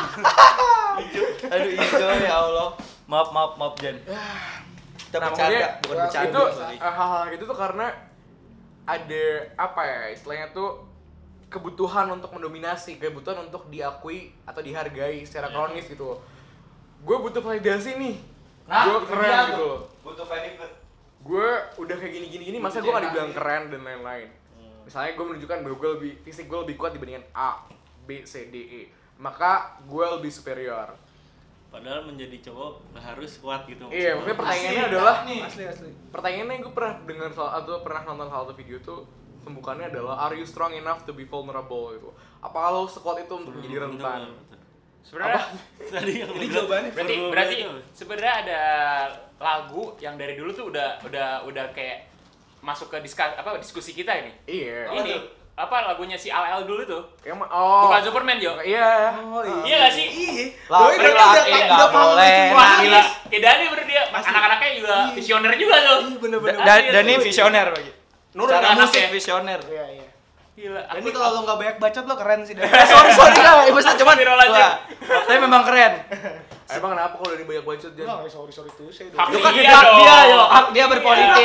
G: Aduh, hijau ya Allah. Maaf, maaf, maaf, Jan. Kita
E: Nah,
G: bercanda,
E: maksudnya,
G: bukan
C: gua-
G: bercanda.
E: itu
G: sorry.
E: eh, hal-hal gitu tuh karena ada apa ya istilahnya tuh kebutuhan untuk mendominasi, kebutuhan untuk diakui atau dihargai secara kronis gitu. Gue butuh validasi nih.
G: Nah,
E: gue
G: itu
E: keren
G: dia
E: gitu
G: tuh.
E: loh.
G: Butuh benefit.
E: Gue udah kayak gini-gini gini, masa gue gak dibilang keren dan lain-lain. Misalnya gue menunjukkan bahwa gue lebih fisik gue lebih kuat dibandingkan A, B, C, D, E, maka gue lebih superior.
F: Padahal menjadi cowok nggak harus kuat gitu.
E: Iya, maksudnya pertanyaannya
C: Asli,
E: adalah
C: nih. Asli asli.
E: pertanyaannya gue pernah dengar salah atau pernah nonton salah satu video tuh pembukaannya adalah are you strong enough to be vulnerable gitu. Apa lo sekuat itu untuk menjadi rentan?
B: Sebenarnya
F: Tadi yang
C: Jadi
F: lu bilang,
C: jawabannya
B: berarti
F: verbal
B: berarti
F: itu.
B: sebenarnya ada lagu yang dari dulu tuh udah udah udah kayak masuk ke diskus apa diskusi kita ini.
E: Iya.
B: Ini apa lagunya si Al L dulu tuh?
E: Yang ma- oh.
B: Bukan Superman, Jo.
E: Iya.
C: Oh iya.
B: Iya gak sih?
C: Iya.
G: Lah,
C: Doi berarti
G: laki
C: udah-
G: nggak
C: udah paham
G: boleh.
C: lucu
B: Wah,
C: banget.
B: gila. Kayak Dani bener dia.
C: Asli.
B: Anak-anaknya juga
C: Iya.
B: visioner juga tuh.
C: Iya bener-bener.
B: Da-
G: Dan
B: Asli,
G: Dani
B: asli.
G: visioner bagi.
B: Nurun
G: Cara
B: anaknya.
G: musik visioner.
C: Iya iya.
B: Gila.
C: Dan
B: Aku
C: ini kalau lo nggak banyak bacot lo keren sih. Dan.
G: Eh, sorry, sorry enggak. Ibu cuma
B: Astagfirullahaladzim.
G: Wah, tapi memang keren.
E: Emang kenapa kalau dari banyak bacot Jan?
C: Enggak, sorry sorry tuh saya.
B: Hak
G: Itu kan
B: Iya
G: hak
B: dong.
G: dia, yo. Hak dia berpolitik.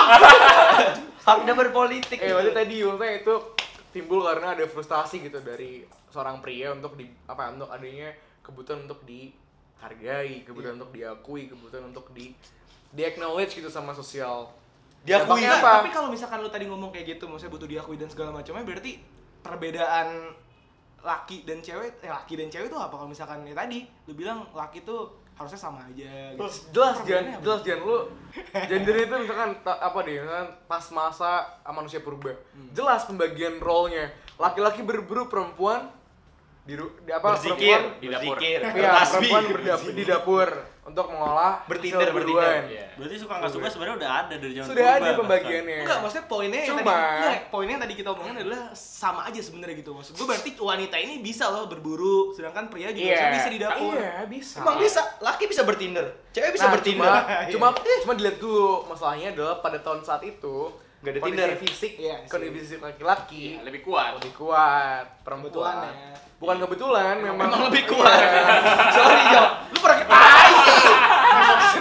G: Hak dia berpolitik.
E: Eh, berarti tadi maksudnya itu timbul karena ada frustasi gitu dari seorang pria untuk di apa untuk adanya kebutuhan untuk dihargai, kebutuhan untuk diakui, kebutuhan untuk di di acknowledge gitu sama sosial.
G: Diakui
E: Dampaknya
C: Enggak,
E: apa?
C: tapi kalau misalkan lu tadi ngomong kayak gitu, maksudnya butuh diakui dan segala macamnya, berarti perbedaan laki dan cewek, eh laki dan cewek itu apa? Kalau misalkan ya tadi, lu bilang laki tuh harusnya sama aja gitu.
E: Jelas Jan,
C: Perbedaannya apa?
E: jelas Jan lu gender itu misalkan ta- apa deh, misalkan pas masa manusia purba. Jelas pembagian role-nya. Laki-laki berburu, perempuan di, ru- di apa
G: Berzikir,
E: perempuan
B: di dapur.
G: berzikir,
E: Iya,
G: bertasbih.
E: perempuan berdap- di dapur untuk mengolah
G: Bertinder,
E: hasil perburuan.
G: bertinder.
B: Iya.
F: Berarti suka nggak suka sebenarnya udah ada dari zaman
E: Sudah
F: purba,
E: ada
F: bahkan.
E: pembagiannya.
C: Enggak, maksudnya poinnya yang
E: Cuma-
C: tadi, enggak, poinnya yang tadi kita omongin adalah sama aja sebenarnya gitu. Maksud gue berarti wanita ini bisa loh berburu, sedangkan pria juga
E: Iya,
C: harusnya bisa di dapur.
E: Iya, bisa.
G: Emang bisa, laki bisa bertinder, cewek bisa
E: Nah,
G: bertinder.
E: Cuma, cuma, cuma dilihat dulu masalahnya adalah pada tahun saat itu
G: Nggak ada
E: kondisi
G: Tinder.
E: fisik,
C: Iya sih.
E: kondisi fisik laki-laki
B: Iya, lebih kuat.
E: lebih kuat, perempuan.
C: Kebetulan ya.
E: Bukan kebetulan, memang
G: Memang lebih kuat.
E: Iya.
G: Sorry, Jo.
C: Lu pernah kita tai sih.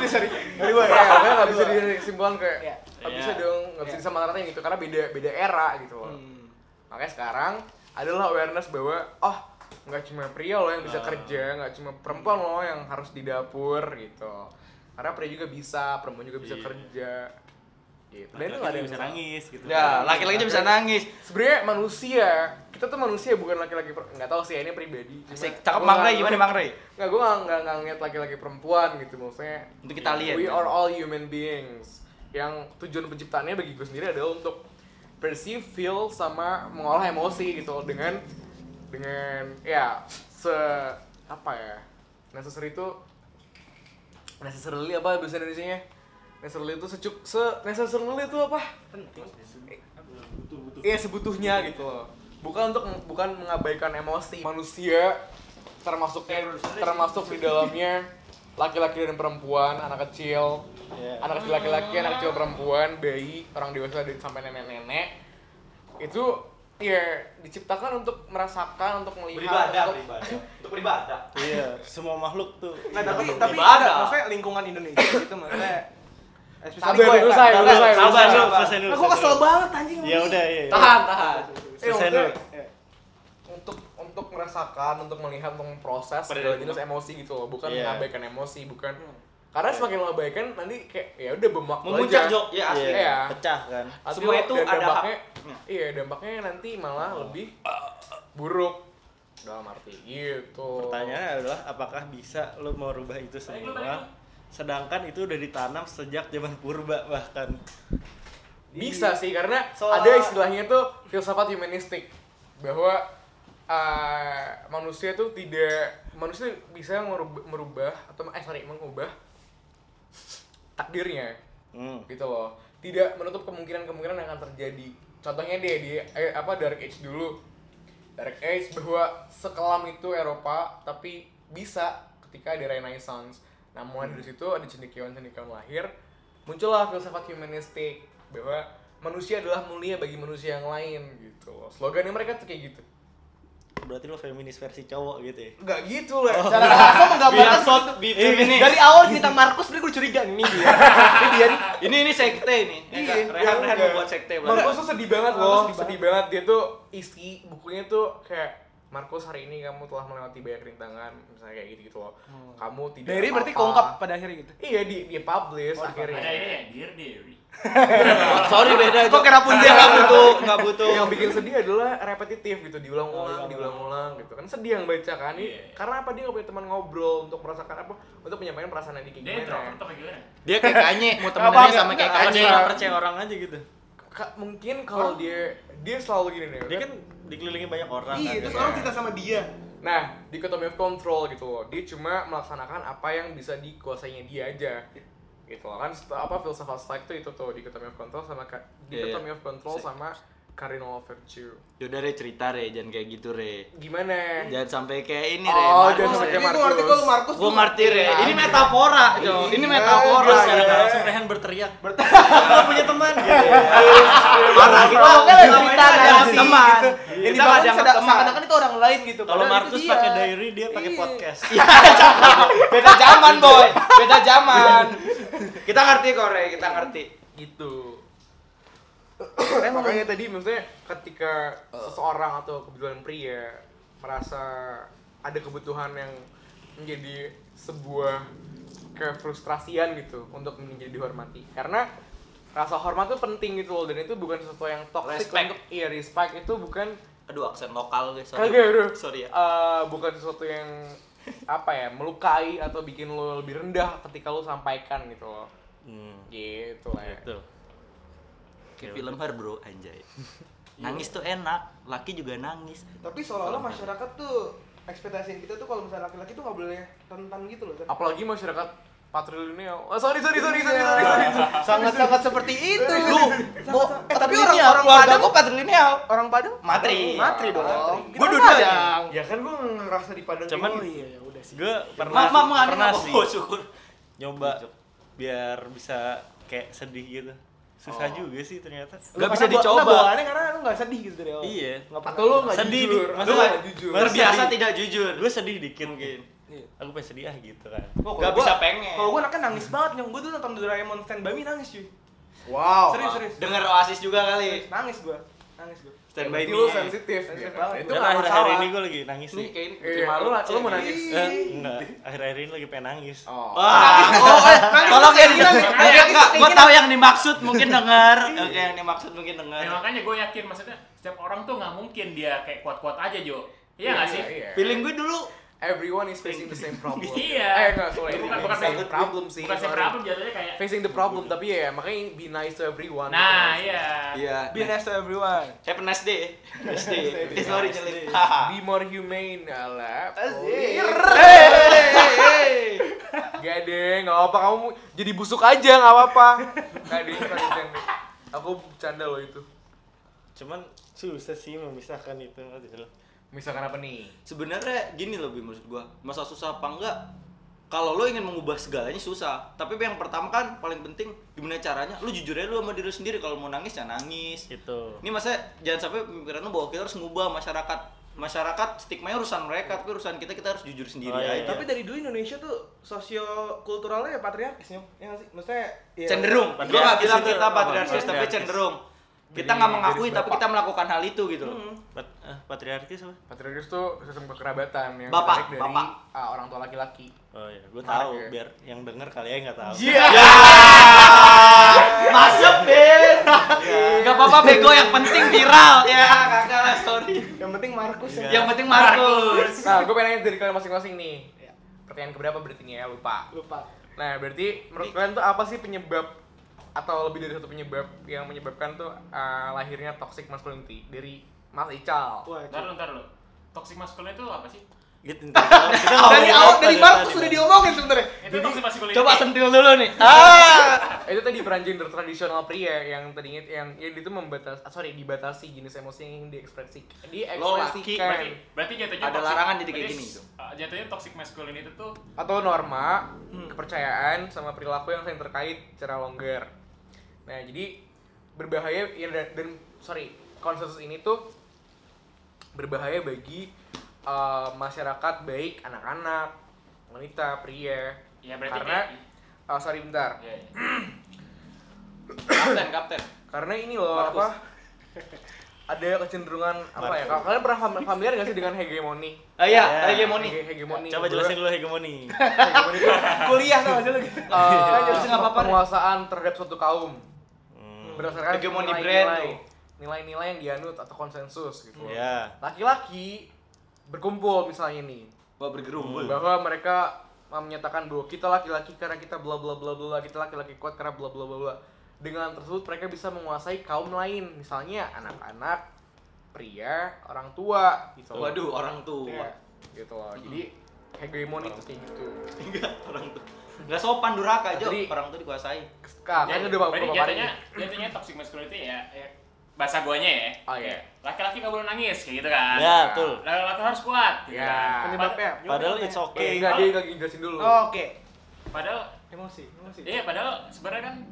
C: sorry.
E: Dari gue ya, makanya nggak bisa disimpulkan kayak
C: Iya.
E: nggak
F: Iya.
E: bisa dong, nggak bisa
C: Iya.
E: disamaratain gitu karena beda beda era gitu loh.
C: Hmm.
E: Makanya sekarang adalah awareness bahwa oh nggak cuma pria loh yang bisa
F: Ah.
E: kerja, nggak cuma perempuan loh yang harus di dapur gitu. Karena pria juga bisa, perempuan juga bisa
F: Iya.
E: kerja. Gitu. Dan itu
F: Laki-laki
E: nggak ada yang
F: bisa
E: salah.
F: nangis gitu.
G: Ya, laki-laki aja bisa nangis.
E: Sebenarnya manusia, kita tuh manusia bukan laki-laki per- nggak tahu sih ini pribadi. Cuma
G: Asik. Cakep
E: gua
G: Mang Ray,
E: nggak-
G: gimana Mang Ray?
E: Nggak, gue nggak nggak nggak ngeliat laki-laki perempuan gitu maksudnya.
G: Untuk kita lihat.
E: We are all human beings. Yang tujuan penciptaannya bagi gue sendiri adalah untuk perceive, feel, sama mengolah emosi gitu dengan dengan ya se apa ya necessary itu necessarily apa bahasa Indonesianya? Necessarily itu secuk se necessarily itu apa? Iya sebutuhnya gitu loh. Bukan untuk bukan mengabaikan emosi manusia termasuknya termasuk di dalamnya laki-laki dan perempuan, anak kecil,
F: Iya.
E: anak kecil laki-laki, anak kecil perempuan, bayi, orang dewasa dan sampai nenek-nenek itu ya diciptakan untuk merasakan, untuk melihat,
G: Beribadah,
E: untuk
G: beribadah. Untuk beribadah.
F: Iya, semua makhluk tuh.
C: Nggak, tapi
G: Ibadah.
C: tapi ada maksudnya lingkungan Indonesia gitu maksudnya.
E: Sabar,
C: Especially gue
E: dulu,
C: ya,
E: say,
C: Kak.
E: dulu, say,
F: Sabar
E: dulu,
F: dulu,
E: say.
F: selesai dulu.
C: Aku
F: selesai
C: kesel
F: dulu.
C: banget anjing.
F: Ya udah, iya. iya.
G: Tahan, tahan.
E: Eh,
F: Selesai
E: maksudnya,
F: dulu.
E: untuk untuk merasakan, untuk melihat, untuk memproses segala jenis emosi gitu loh, bukan
F: Iya.
E: mengabaikan emosi, bukan karena semakin lo abaikan nanti kayak ya udah bom waktu
G: Memuncak,
E: aja.
G: Jo. Ya asli.
F: Iya,
E: Iya.
F: pecah kan.
E: Nanti
G: Semua
E: lo-
G: itu
E: dan
G: ada
E: dampaknya,
G: haknya.
E: iya dampaknya nanti malah lebih buruk dalam arti gitu.
F: Pertanyaannya adalah apakah bisa lo mau rubah itu semua? Sedangkan itu udah ditanam sejak zaman purba bahkan.
E: Bisa sih karena
C: Soal-
E: ada istilahnya tuh filsafat humanistik bahwa uh, manusia tuh tidak manusia bisa merubah, merubah atau eh sorry mengubah takdirnya
F: Hmm.
E: gitu loh, tidak menutup kemungkinan-kemungkinan yang akan terjadi. Contohnya deh di eh, apa Dark Age dulu, Dark Age bahwa sekelam itu Eropa tapi bisa ketika ada Renaissance. Nah mulai dari situ ada cendekiawan-cendekiawan lahir, muncullah filsafat humanistik bahwa manusia adalah mulia bagi manusia yang lain gitu loh. Slogannya mereka tuh kayak gitu.
F: Berarti lo feminis versi cowok gitu ya?
E: Enggak gitu lah.
C: Cara kasar menggambarkan
G: Biar
C: sesuatu.
G: bi- feminis.
C: Dari awal cerita Markus sebenarnya gue curiga nih ini dia. Ini dia nih.
G: Ini ini sekte ini.
C: Iya,
G: Rehan Rehan
E: iya.
G: mau buat sekte
E: Markus
G: belakang.
E: tuh sedih banget
C: Markus
E: loh,
C: sedih
E: sedih banget. Dia tuh isi bukunya tuh kayak Markus hari ini kamu telah melewati banyak rintangan, misalnya kayak gitu gitu loh. Kamu tidak
C: Dari berarti
E: apa-apa.
C: keungkap pada akhirnya gitu.
E: Iya di di publish akhirnya.
B: Ada ini ya, Dear Diary.
G: Sorry beda itu.
C: Kok kira pun
G: dia nggak butuh nggak butuh.
E: Yang bikin sedih adalah repetitif gitu, diulang-ulang,
C: Oh,
E: diulang-ulang gitu. Kan sedih yang baca kan.
B: Iya.
E: Karena apa dia nggak punya teman ngobrol untuk merasakan apa? Untuk menyampaikan perasaan dia kayak
B: Dia
E: gimana.
B: introvert apa gimana?
G: Dia kayak Kanye, mau
C: Apa,
G: temenannya
C: enggak,
G: sama kayak
C: enggak,
F: Apa
G: Kanye.
F: dia nggak percaya orang aja gitu?
E: Ka- mungkin kalau dia dia selalu gini nih.
F: Dia kan dikelilingi banyak orang
C: Iya,
F: kan.
C: terus orang cerita sama dia.
E: Nah, dichotomy of control gitu loh. Dia cuma melaksanakan apa yang bisa dikuasainya dia aja. Gitu loh. Kan st- apa filsafat Stoik itu itu tuh dichotomy of control sama ka-
G: Iya,
E: dichotomy
G: iya.
E: of control sama cardinal of virtue.
G: Yaudah Re, cerita Re, jangan kayak gitu Re.
E: Gimana?
G: Jangan sampai kayak ini Re.
E: Oh,
G: Markus,
E: jangan sampai
G: Re.
E: kayak
C: Ini gue ngerti
E: Markus.
C: kalau Markus
G: Gua
C: tuh-
G: ngerti Re. Ini
E: Iya.
G: metafora, Jo. Ini
E: Iya,
G: metafora.
E: iya.
F: Secara nggak langsung Rehan berteriak. Lo punya teman gitu.
G: Parah kita
C: Oh, kan lagi
G: selama
C: cerita
G: ini ada
C: narasi
G: teman.
C: gitu.
G: Kita
C: Ini
G: nggak
C: bangun
G: dianggap
C: sedang
G: teman.
C: seakan-akan itu orang lain gitu.
F: Kalau
C: padahal
F: Markus
C: itu dia.
F: pakai diary dia pakai
C: Iya.
F: podcast.
G: Beda zaman, Boy. Beda zaman. Kita ngerti kok, Re. Kita ngerti.
E: Gitu. Makanya tadi maksudnya ketika seseorang atau kebetulan pria merasa ada kebutuhan yang menjadi sebuah kefrustrasian gitu untuk menjadi dihormati. Karena rasa hormat itu penting gitu loh, dan itu bukan sesuatu yang toxic
G: Respect.
E: untuk iya respect itu bukan
G: Aduh, aksen lokal guys. Sorry.
E: kagak bro.
G: Sorry ya.
E: Eh, bukan sesuatu yang apa ya melukai atau bikin lo lebih rendah ketika lo sampaikan gitu loh.
F: Hmm.
E: Gitu lah ya.
F: Gitu.
G: Kayak film Her, Bro, anjay. Nangis tuh enak, laki juga nangis.
C: Tapi seolah-olah masyarakat tuh ekspektasi kita tuh kalau misalnya laki-laki tuh nggak boleh rentan gitu loh kan.
E: Apalagi masyarakat patrilineal. Oh, sorry sorry sorry sorry sorry. sorry.
C: Sangat-sangat seperti itu.
G: Lu, Bo,
C: Eh, tapi
G: patrilineal,
C: orang orang
G: keluarga
C: Padang
G: gua patrilineal.
C: orang Padang
G: Matri.
C: Matri dong.
G: Matri.
C: Kita
G: Gua dua-duanya.
C: Padang.
E: Ya kan gue ngerasa di Padang.
F: Cuman
C: Oh iya ya udah sih.
F: gue pernah
G: Maaf, maaf, maaf,
F: pernah
G: maaf.
F: sih
G: Oh, syukur.
F: nyoba biar bisa kayak sedih gitu. Susah juga sih ternyata.
G: Nggak
C: Lu
G: bisa
C: karena gua-
G: dicoba.
C: nggak, bawaannya karena lu nggak sedih gitu dari awal.
F: Iya.
C: Nggak pernah.
E: atau lo nggak
F: Sedih
E: jujur,
F: di-
E: atau
F: maksudnya-
E: lo nggak jujur.
F: Mas-
G: Terbiasa
F: sedih.
G: tidak jujur.
F: Gue sedih dikit
G: Mungkin.
F: Aku pengen sedih ah gitu kan.
C: Oh,
G: Gak
C: kalau
G: bisa
C: gua-
G: pengen.
C: Kalau gue anaknya nangis banget, nyong. Gue dulu nonton Doraemon Stand By Me nangis cuy.
E: Wow.
C: Serius, serius.
G: Denger Oasis juga kali.
C: Nangis gue, nangis gue.
G: Stand by
E: Berarti
G: me.
E: lu sensitif.
C: Sensitif
E: ya.
C: banget.
E: Itu
F: Dan
E: nggak
F: akhir-akhir
E: masalah.
F: ini gue lagi nangis
G: Nih
F: nih.
G: kayak ini.
E: Eh, lu, lu mau nangis?
F: Eh, enggak, akhir-akhir ini lagi pengen nangis.
E: Oh.
G: Wah, oh, tolong ya, enggak, gue tahu yang dimaksud mungkin denger. Oke, yang dimaksud mungkin denger.
B: Ya, makanya gue yakin maksudnya setiap orang tuh nggak mungkin dia kayak kuat-kuat aja Jo. Iya nggak sih?
E: Iya.
G: Feeling gue dulu
E: Everyone is facing the same problem.
B: Iya.
E: Eh enggak, sorry.
B: Bukan- bukan
E: Same
B: facing-
E: problem sih.
B: Bukan sih
E: sorry.
B: problem jatuhnya kayak.
E: Facing the problem, tapi ya makanya be nice to everyone.
B: Nah
E: gitu.
B: iya.
G: iya.
C: Be nice to everyone.
G: Saya pernah S D. S D. Eh sorry nyelip.
E: Be more humane, alah.
C: Asik.
G: Hei.
E: Gak deh, nggak apa-apa, kamu jadi busuk aja, nggak apa-apa. Gak deh, kan bercanda. Aku bercanda loh itu.
F: Cuman susah sih memisahkan itu gitu loh.
E: Misalkan apa nih?
G: Sebenarnya gini loh, Bi, maksud gua. Masa susah apa enggak? Kalau lo ingin mengubah segalanya susah. Tapi yang pertama kan paling penting gimana caranya? Lu jujur aja lu sama diri lu sendiri. Kalau mau nangis ya nangis.
F: Gitu.
G: Ini masa jangan sampai pemikiran lu bahwa kita harus ngubah masyarakat. Masyarakat stigmanya urusan mereka, tapi urusan kita kita harus jujur sendiri
F: Oh, iya.
G: aja.
C: Tapi dari dulu Indonesia tuh sosio kulturalnya ya patriarkis nyong. Ya nggak sih? Maksudnya ya,
G: cenderung. Gua
F: Patriarkis
G: nggak bilang
F: itu
G: kita
F: apa?
G: patriarkis, tapi
F: Patriarkis.
G: cenderung. Kita
E: Dari-
G: nggak mengakui
E: dari
G: tapi
E: bapak.
G: kita melakukan hal itu gitu loh.
C: Hmm.
F: Pat, eh, patriarkis apa?
E: Patriarkis tuh sistem kekerabatan yang
G: Bapak,
E: ditarik dari
G: bapak.
E: ah, orang tua laki-laki.
F: Oh iya, gue
E: Menarik
F: tahu
E: ya.
F: biar yang denger kali ya nggak tahu.
E: Iya.
G: Masuk, Bin. Gak apa-apa bego, yang penting viral. Ya, kakak lah, sorry.
C: Yang penting Markus ya.
G: Yang penting Markus.
E: Nah, gue pengen nanya dari kalian masing-masing nih. Pertanyaan keberapa berarti nih ya, lupa.
C: Lupa.
E: Nah, berarti menurut kalian tuh apa sih penyebab atau lebih dari satu penyebab yang menyebabkan tuh uh, lahirnya toxic masculinity dari Mas Ical?
C: Wah, itu.
B: Ntar lu, ntar lu. Toxic masculine itu apa sih?
F: Gitu. Kita ngomongin
C: Dari awal
F: apa
C: dari
F: dari
C: Markus
F: tadi?
C: sudah diomongin sebenarnya.
B: Itu toxic masculinity.
G: Coba sentil dulu nih. Ah.
E: Itu tadi peran gender tradisional pria yang tadinya yang yang itu membatas ah, sorry dibatasi jenis emosi yang diekspresikan
G: Lo laki,
E: diekspresikan
B: Berarti, berarti jatuhnya
G: Ada
B: toxic-
G: larangan jadi kayak
B: berarti
G: gini
B: s-
G: gitu.
B: uh, Jatuhnya toxic masculine itu tuh
E: atau norma kepercayaan sama perilaku yang saling terkait secara longgar. Nah, jadi berbahaya ya, dan, dan sorry konsensus ini tuh berbahaya bagi uh, masyarakat baik anak-anak, wanita, pria.
B: ya berarti
E: Karena
B: kayak,
E: oh, sorry bentar.
B: ya, ya.
G: Kapten, kapten.
E: Karena ini loh
G: Markus.
E: apa? Ada kecenderungan apa ya? Kalian pernah fam- familiar nggak sih dengan hegemoni?
G: Ah iya,
F: Ya.
G: hegemoni.
E: Hege- hegemoni.
F: Coba jelasin dulu hegemoni.
E: Hegemoni itu
C: Kuliah tau sih lu gitu.
E: uh,
G: jelasin nggak apa-apa,
E: penguasaan terhadap suatu kaum
F: Hmm.
E: berdasarkan
G: Hegemoni brand
E: nilai-nilai
G: tuh.
E: nilai-nilai yang dianut atau konsensus gitu.
F: Ya.
E: Laki-laki berkumpul misalnya nih
G: Wah, bergerumbul.
E: bahwa mereka menyatakan bahwa kita laki-laki karena kita bla bla bla bla, kita laki-laki kuat karena bla bla bla bla. Dengan tersebut mereka bisa menguasai kaum lain, misalnya anak-anak, pria, orang tua gitu.
G: Waduh, orang tua.
E: Iya, gitu loh. Jadi hegemoni itu kayak gitu.
G: Enggak, orang tua. Enggak sopan durhaka, Jo.
E: Jadi-
G: Orang tuh dikuasai.
E: Kak, kan udah bapak
B: berarti
E: bapak
B: jatuhnya jatuhnya toxic masculinity ya, ya bahasa guanya ya.
E: Oh, iya.
B: Laki-laki nggak boleh nangis kayak gitu kan.
F: Ya, betul.
B: Laki-laki harus kuat. Gitu
E: Ya.
B: kan.
C: Penyebabnya.
F: Padahal it's
E: Eh,
F: okay.
E: enggak, dia lagi jelasin dulu.
C: Oh, oke.
B: Padahal
C: Emosi, emosi.
B: iya padahal sebenarnya kan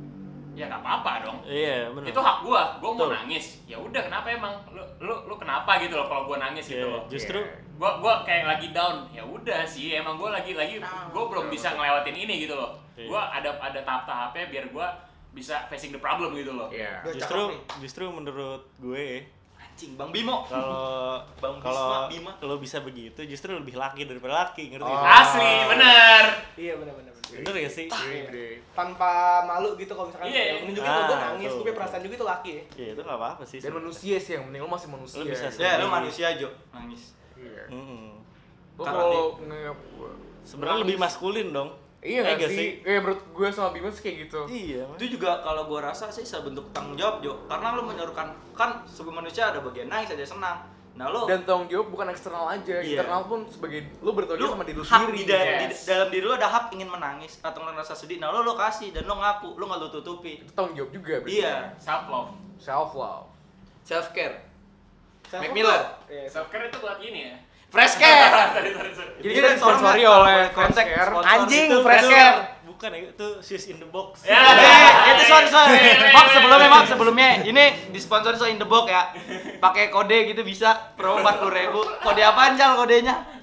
B: ya nggak apa-apa dong.
F: Iya, benar.
B: Itu hak gua, gua mau
F: Betul.
B: nangis. Ya udah kenapa emang? Lu lu lu kenapa gitu loh kalau gua nangis gitu
F: Iya,
B: loh.
F: justru
B: Gua gua kayak lagi down. Ya udah sih, emang gua lagi lagi gua belum bisa ngelewatin ini gitu loh.
F: Iya.
B: Gua ada ada tahap-tahapnya biar gua bisa facing the problem gitu loh.
E: Iya.
C: Udah
F: justru
C: cakep nih.
F: justru menurut gue
G: Anjing, Bang Bimo.
F: kalau
G: Bang
F: kalau
G: Bisma, Bima.
F: lo bisa begitu justru lebih laki daripada laki, ngerti
E: Oh.
F: nggak?
B: Asli, bener.
C: Iya benar benar. benar.
F: Bener ya sih?
E: Iya, iya.
C: Tanpa malu gitu kalau misalkan
B: Iya.
C: ya, menunjukin kalau gue
F: Ah,
C: nangis,
F: betul,
C: gue punya perasaan juga itu laki ya.
F: Iya, itu nggak apa-apa sih.
E: Dan
F: sebenarnya.
E: manusia sih yang penting, lo masih manusia.
F: Lo bisa
E: gitu.
G: Ya, lu
F: Iya.
G: manusia, Jo. Nangis.
E: Iya.
F: Mm-mm.
E: Lo kalau nge
F: Sebenarnya lebih maskulin dong.
E: Iya
F: Eh,
E: nggak
F: nggak
E: sih? Iya menurut gue sama Bima sih kayak gitu.
F: Iya.
G: Itu juga kalau gua rasa sih sebentuk tanggung jawab, Jo. Karena lu menyuruhkan kan sebagai manusia ada bagian nangis, ada senang. Nah, lu
E: Dan tanggung jawab bukan eksternal aja,
G: Iya.
E: internal pun sebagai lo bertanggung
G: lu
E: jawab sama diri lo
G: hak
E: sendiri.
G: di, da- di
B: Yes.
G: dalam diri lu ada hak ingin menangis atau ngerasa sedih. Nah, lu lu kasih dan lu ngaku, lu nggak lu tutupi.
E: Itu tanggung jawab juga berarti.
G: Iya.
B: Self love.
E: Self love.
G: Self care.
C: Self
G: Mac Miller.
C: Iya,
B: Self care itu buat ini ya.
G: Fresh care.
B: Sorry, sorry, sorry.
E: Jadi
G: Ini
E: kita disponsori
G: kalau
E: oleh
G: boleh kontak
E: Fresh Care.
G: sponsor
C: Anjing,
G: itu,
C: Fresh
G: itu-
C: Care.
F: Bukan ya, itu shoes in the box.
B: Ya.
G: Eh, itu sorry sorry. Maaf sebelumnya, maaf sebelumnya. Ini disponsori so in the box ya. Pakai kode gitu bisa promo empat puluh ribu. Kode apaan, Jal, kodenya?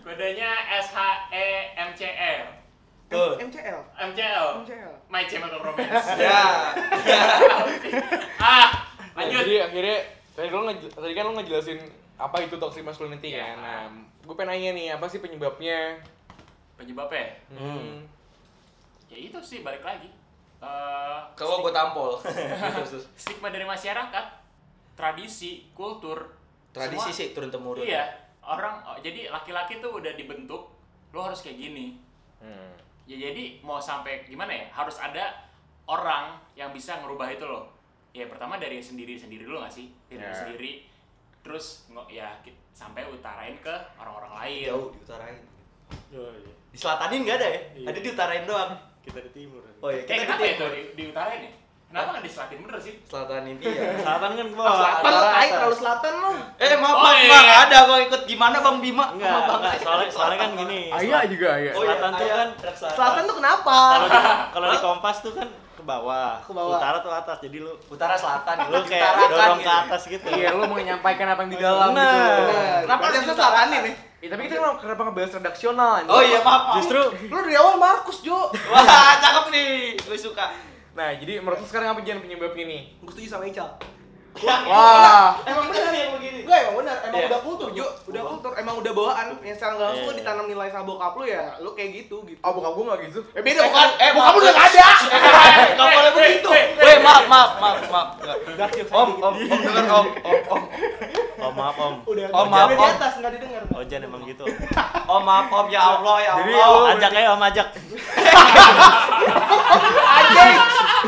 B: Kodenya S H E M C L.
G: Tuh.
C: M C L.
B: M C L.
C: M C L.
B: My Chemical Romance.
G: Ya.
B: Ah,
E: Nah,
B: lanjut.
E: jadi akhirnya tadi lo nge- tadi kan lo ngejelasin apa itu toxic masculinity
B: Iya.
E: kan. Nah, gue pengen nanya nih, apa sih penyebabnya?
B: Penyebabnya?
E: Hmm.
B: Ya itu sih balik lagi. Eh,
G: Kalau gue tampol.
B: stigma dari masyarakat, tradisi, kultur,
G: Tradisi
B: semua-
G: sih turun temurun.
B: Iya, orang oh, jadi laki-laki tuh udah dibentuk lo harus kayak gini.
E: Hmm.
B: Ya jadi mau sampai gimana ya? Harus ada orang yang bisa ngerubah itu loh. Ya pertama dari sendiri-sendiri dulu nggak sih? Diri
E: Ya.
B: sendiri. Terus ngo- ya ki- sampai utarain ke orang-orang lain.
G: Jauh diutarain.
F: Oh, iya.
G: Di selatanin nggak ada ya?
F: Iya.
G: Ada diutarain doang.
F: Kita di timur.
G: Oh iya,
B: Kayak
G: kita
B: kenapa
G: di
B: ya tuh
G: timur.
B: di, diutarain ya? Kenapa nggak diselatin bener sih?
G: Selatanin iya.
F: Selatan kan ke
C: Ah,
F: bawah.
C: selatan lu
F: utara
C: tai
F: atas.
C: terlalu selatan lu.
G: Eh maaf,
B: Oh,
G: maaf,
B: iya.
G: Bang. Ada gua ikut gimana Bang Bima?
F: Enggak,
G: Sama Bang
F: enggak.
G: Ray.
F: Soalnya, soalnya kan gini.
E: Ayah juga ayah.
G: Oh iya,
F: Selatan tuh
G: ayah,
F: kan
G: truk selatan.
C: Selatan tuh kenapa?
F: Kalau di, kalau di Kompas tuh kan ke bawah.
C: Ke bawah.
F: Utara tuh atas. Jadi lu
G: Utara selatan.
F: lu kayak
G: Diutarakan
F: dorong ke
G: gitu.
F: atas gitu.
E: Iya, lo mau menyampaikan apa yang di dalam
F: Nah.
E: gitu.
C: Bener.
G: Kenapa
C: Berarti
G: harus
C: harusnya selatanin nih?
E: Ya, tapi kita kenapa kenapa ngebahas redaksional anjing?
G: Oh iya, maaf. maaf.
F: Justru
C: Lu dari awal Markus, Jo.
G: Wah, cakep nih. Gue suka.
E: Nah, jadi menurut lo sekarang apa jangan penyebabnya nih?
C: Gue setuju sama Ical.
E: Wah.
C: Emang benar
G: yang begini.
C: Enggak, emang benar. Emang
G: Iya.
C: udah kultur, Jo. Udah kultur. Emang udah bawaan. Yang secara nggak langsung
F: Iya,
C: lu
F: iya.
C: ditanam nilai sama bokap lu ya, lu kayak gitu gitu.
E: Oh, bokap gue gak gitu.
C: Eh beda
G: Eh,
C: bukan?
G: eh,
C: bokap lu
G: maaf.
C: udah nggak ada.
G: Enggak boleh begitu. Weh, maaf, maaf, maaf, maaf. Nggak. Om, om, om dengar om, om, om.
F: oh maaf om.
C: Udah.
G: Oh,
C: udah
G: maaf,
C: di
G: Om.
C: atas nggak didengar.
F: Ojan emang gitu.
G: Om, maaf, om ya Allah, ya
E: Jadi,
G: Allah.
E: lu-
F: Ajak aja om ajak.
C: Anjing.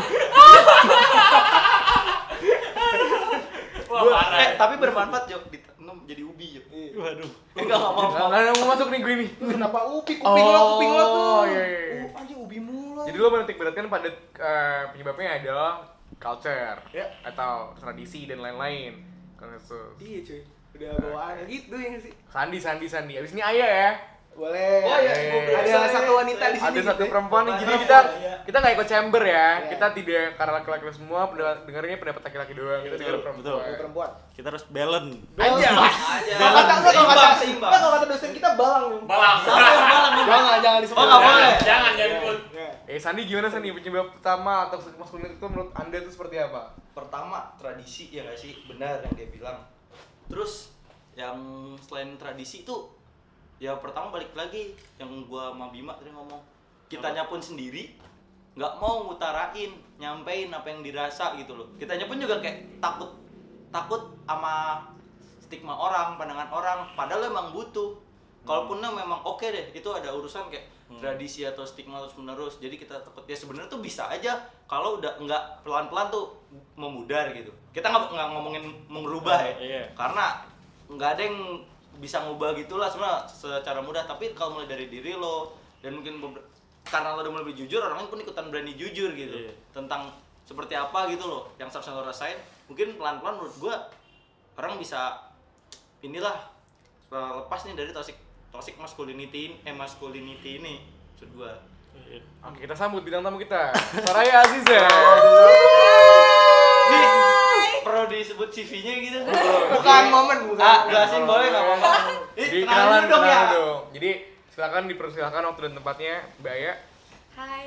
B: Wah,
G: Gua-
B: parah.
G: eh, tapi bermanfaat, Jo. Ditanam jadi ubi, Jo.
F: Waduh.
G: Enggak, enggak mau.
E: Nggak nggak mau masuk nih gue nih.
C: Lu kenapa upi? Kuping lo, kuping lo tuh.
E: Oh, iya, iya.
C: Oh, anjing ubi mulu.
E: Jadi lo menitik beratkan pada eh, penyebabnya adalah culture
C: Ya.
E: atau tradisi dan lain-lain. Kan itu.
C: Iya, cuy. Udah bawaan gitu ya nggak sih?
E: Sandi, Sandi, Sandi. Abis ini Ayah ya.
C: Boleh.
G: Oh, iya.
C: Ada satu wanita di sini.
E: Ada satu
C: gitu ya.
E: perempuan nih. Jadi
G: Perempuan,
E: kita
G: iya.
E: kita nggak ikut chamber ya.
C: Iya.
E: Kita tidak karena laki-laki semua pendapat- dengarnya pendapat laki-laki doang. Kita dengar
F: Betul,
E: perempuan.
C: Ada perempuan.
F: Kita harus balance.
C: Aja.
G: Aja.
C: Kalau kata enggak kalau kata
G: Seimbang, seimbang.
C: enggak kalau kata dosen kita balang. Yung.
B: Balang.
C: Jangan jangan disebut.
G: Oh, nggak boleh.
B: Jangan jangan ikut.
C: Ya.
E: Eh Sandi gimana Sandi? Penyebab pertama atau maskulin itu menurut Anda itu seperti apa?
G: Pertama, tradisi ya nggak sih? Benar yang dia bilang. Terus yang selain tradisi itu ya pertama balik lagi yang gua sama Bima tadi ngomong. Kitanya pun sendiri nggak mau ngutarain, nyampein apa yang dirasa gitu loh. Kitanya pun juga kayak takut takut sama stigma orang, pandangan orang, padahal emang butuh. Kalaupun memang oke deh, itu ada urusan kayak tradisi atau stigma terus menerus. Jadi kita takut ya sebenarnya tuh bisa aja kalau udah nggak pelan-pelan tuh memudar gitu. Kita nggak nggak ngomongin merubah ya,
F: Iya.
G: karena nggak ada yang bisa ngubah gitulah sebenarnya secara mudah. Tapi kalau mulai dari diri lo dan mungkin beber- karena lo udah mulai lebih jujur, orang lain pun ikutan berani jujur gitu
F: Iya.
G: tentang seperti apa gitu loh yang seharusnya lo rasain. Mungkin pelan-pelan menurut gua orang bisa inilah lepas nih dari toxic toxic masculinity ini, eh masculinity ini maksud gua.
F: Iya.
E: Oke, kita sambut bintang tamu kita. Saraya Aziza.
G: Nih perlu disebut C V-nya gitu.
C: Bukan momen, bukan.
G: Ah, jelasin boleh nggak apa-apa.
E: Jadi
G: Ih,
E: kenalan
G: dulu dong ya.
E: kenalan dong. Jadi silakan dipersilakan waktu dan tempatnya, Mbak Aya.
H: Hai.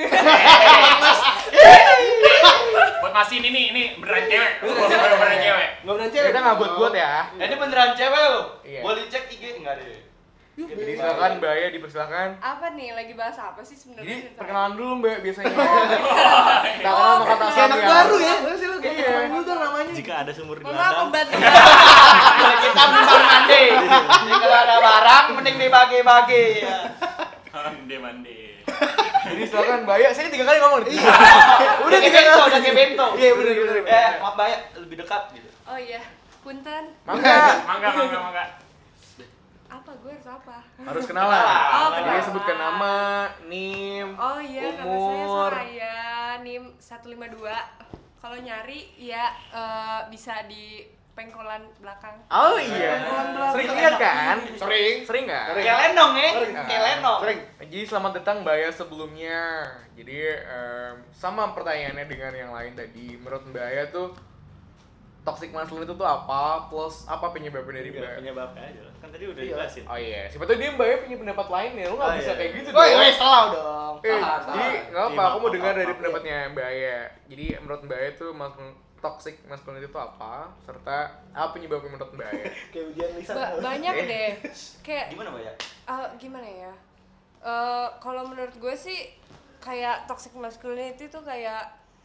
B: Buat Masin ini ini beneran cewek. Beneran beneran cewek.
C: Enggak benar cewek.
E: Kita nggak buat-buat ya.
G: Eh, ini beneran cewek lo.
E: Iya.
G: Boleh cek I G enggak deh?
E: Jadi silakan Mbak Aya dipersilakan.
H: Apa nih? Lagi bahas apa sih sebenarnya?
E: Jadi
H: ceritanya?
E: perkenalan dulu Mbak biasanya. Kita kenal sama kata
C: Kayak anak baru ya. Bener sih lu kayak
E: Iya.
C: anak dulu dong namanya.
F: Jika ada sumur di
H: Mama aku
F: ladang.
H: bantu.
G: Kita numpang mandi. Jadi kalau ada barang mending dibagi-bagi. Ya.
B: Mande mande.
E: Jadi silakan Mbak Aya. Saya tiga kali ngomong nih.
G: Udah kayak bento, udah kayak bento.
C: Iya, bener, bener.
G: Eh, maaf Mbak, lebih dekat gitu.
H: Oh iya. Punten.
E: Mangga.
B: Mangga mangga mangga.
H: Apa gue harus apa?
E: Harus kenalan.
H: Oh,
E: Jadi
H: kenalan.
E: sebutkan nama, nim,
H: Oh iya, nama saya
E: umur.
H: Soraya, NIM seratus lima puluh dua. Kalau nyari ya eh, bisa di pengkolan belakang.
E: Oh iya. Sering lihat kan?
C: Sering.
E: Sering nggak?
G: Kayak lenong ya,
C: Sering.
G: kayak lenong.
C: Sering.
E: Jadi selamat datang Mbak Aya sebelumnya. Jadi em, sama pertanyaannya dengan yang lain tadi. Menurut Mbak Aya tuh toxic masculinity itu tuh apa, plus apa penyebabnya dari
F: Iya,
E: Mbak.
F: penyebabnya aja lah. Kan tadi udah
C: Iya.
F: jelasin.
E: Oh iya, siapa tahu dia Mbak ya punya pendapat lain ya, lu nggak
F: Oh,
E: bisa
F: iya.
E: kayak gitu
C: Woi,
E: dong.
C: woi, salah dong.
E: Eh,
C: Salah,
E: jadi
C: salah.
E: nggak apa,
F: Iya,
E: aku mau
F: maaf,
E: dengar
F: maaf,
E: dari
F: maaf,
E: pendapatnya Mbak Aya. Jadi menurut Mbak Aya itu mas toxic masculinity itu apa, serta apa penyebabnya menurut Mbak Aya?
C: Kayak ujian lisan.
H: Ba- banyak deh. Kayak
G: Gimana, Mbak ya?
H: eh, gimana ya? Eh, kalau menurut gue sih kayak toxic masculinity tuh kayak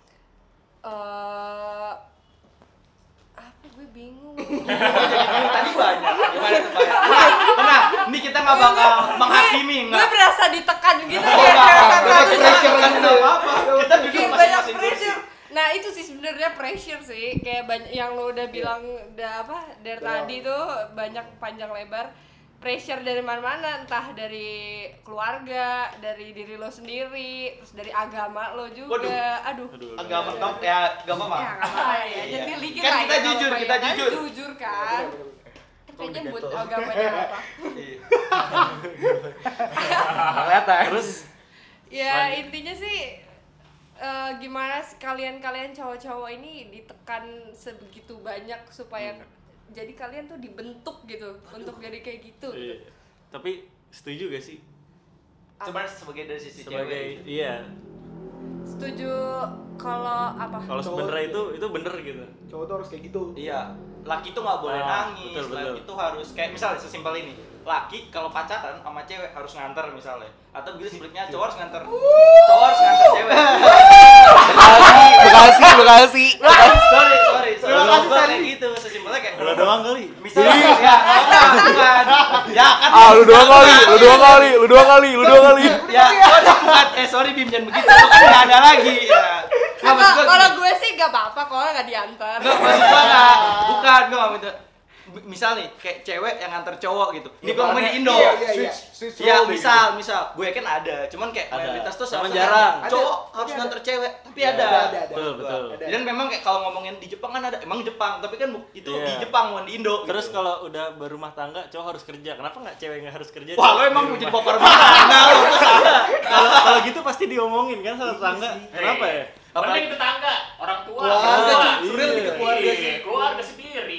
H: eh apa gue bingung.
G: Tadi banyak. Gimana tuh, Mbak ya? Nah, ini kita nggak bakal menghakimi,
H: Gue
G: nggak.
H: berasa ditekan gitu
G: Oh,
H: ya.
G: nggak,
H: kayak-
G: nggak,
H: kayak-
G: pressure kan nggak apa-apa. Kita duduk
H: Kayak banyak
G: masing-masing kursi.
H: pressure. Nah itu sih sebenarnya pressure sih, kayak banyak yang lo udah bilang udah apa dari tadi tuh banyak panjang lebar pressure dari mana-mana, entah dari keluarga, dari diri lo sendiri, terus dari agama lo juga. Aduh.
F: Aduh.
G: Agama dong, ya agama mah.
H: Ya nggak apa-apa ya,
G: Iya.
H: jadi dikit
G: Kan
H: lah
G: kita
H: ya, nggak
G: jujur,
H: apa-apa
G: kita
H: ya, kan
G: jujur.
H: jujur kan. Kayaknya buat agamanya apa?
G: Iya.
E: Kelihatan.
F: Terus
H: Ya intinya sih eh, gimana sih kalian-kalian cowok-cowok ini ditekan sebegitu banyak supaya jadi kalian tuh dibentuk gitu untuk jadi kayak gitu.
F: iya. Tapi setuju gak sih?
G: Sebenarnya sebagai dari sisi
F: Sebagai
G: cewek.
F: iya.
H: Setuju kalau apa?
F: Kalau sebenarnya itu itu bener gitu.
C: Cowok tuh harus kayak gitu.
G: Iya, laki tuh nggak boleh
F: Ah,
G: nangis,
F: betul, betul.
G: laki tuh harus kayak misalnya sesimpel ini, laki kalau pacaran sama cewek harus nganter misalnya, atau begitu sebaliknya cowok harus nganter, cowok harus nganter cewek.
E: Bekasi, Bekasi.
G: sorry, sorry, sorry.
C: Terima kasih,
G: Gua kayak
C: Sandi.
G: gitu, sesimpelnya kayak
F: Lo doang kali.
G: misalnya ya, bukan, bukan. Ya kan.
E: Ah, lu dua kali, lu dua kali, lu dua kali, lu dua kali.
G: Ya, sorry, bukan. Eh, sorry Bim, jangan begitu. Lo kan nggak ada lagi. Ya. Nggak, maksud
H: Kalau
G: gua
H: kalau
G: gini.
H: gue sih gak apa-apa kalau nggak diantar.
G: Nggak, maksud gua nggak. Bukan, gua nggak minta. B- Misal nih, kayak cewek yang nganter cowok gitu. Ini gua ngomongin di Indo.
C: Iya, iya, iya.
G: Ya, misal, misal, gue yakin ada, cuman kayak
F: Ada.
G: mayoritas tuh
F: Cuman
G: seharusnya
F: jarang.
G: cowok
C: Ada.
G: harus
C: Ada.
G: nganter cewek, tapi
F: Iya,
G: ada.
C: ada, ada.
F: Betul, betul.
C: Ada.
G: Dan memang kayak kalau ngomongin di Jepang kan ada, emang Jepang, tapi kan bu- itu
F: Iya.
G: di Jepang bukan di Indo.
F: Terus
G: gitu.
F: kalau udah berumah tangga, cowok harus kerja. Kenapa nggak cewek nggak harus kerja?
G: Wah, lo
F: Di
G: emang mau
F: rumah?
G: jadi bapak rumah tangga lo tuh salah.
F: Kalau kalau gitu pasti diomongin kan sama tetangga. Kenapa ya?
B: Apalagi tetangga, orang tua.
C: Keluarga,
B: orang tua.
C: cuy. Sebenarnya lebih ke keluarga sih.
B: Iya, keluarga sendiri.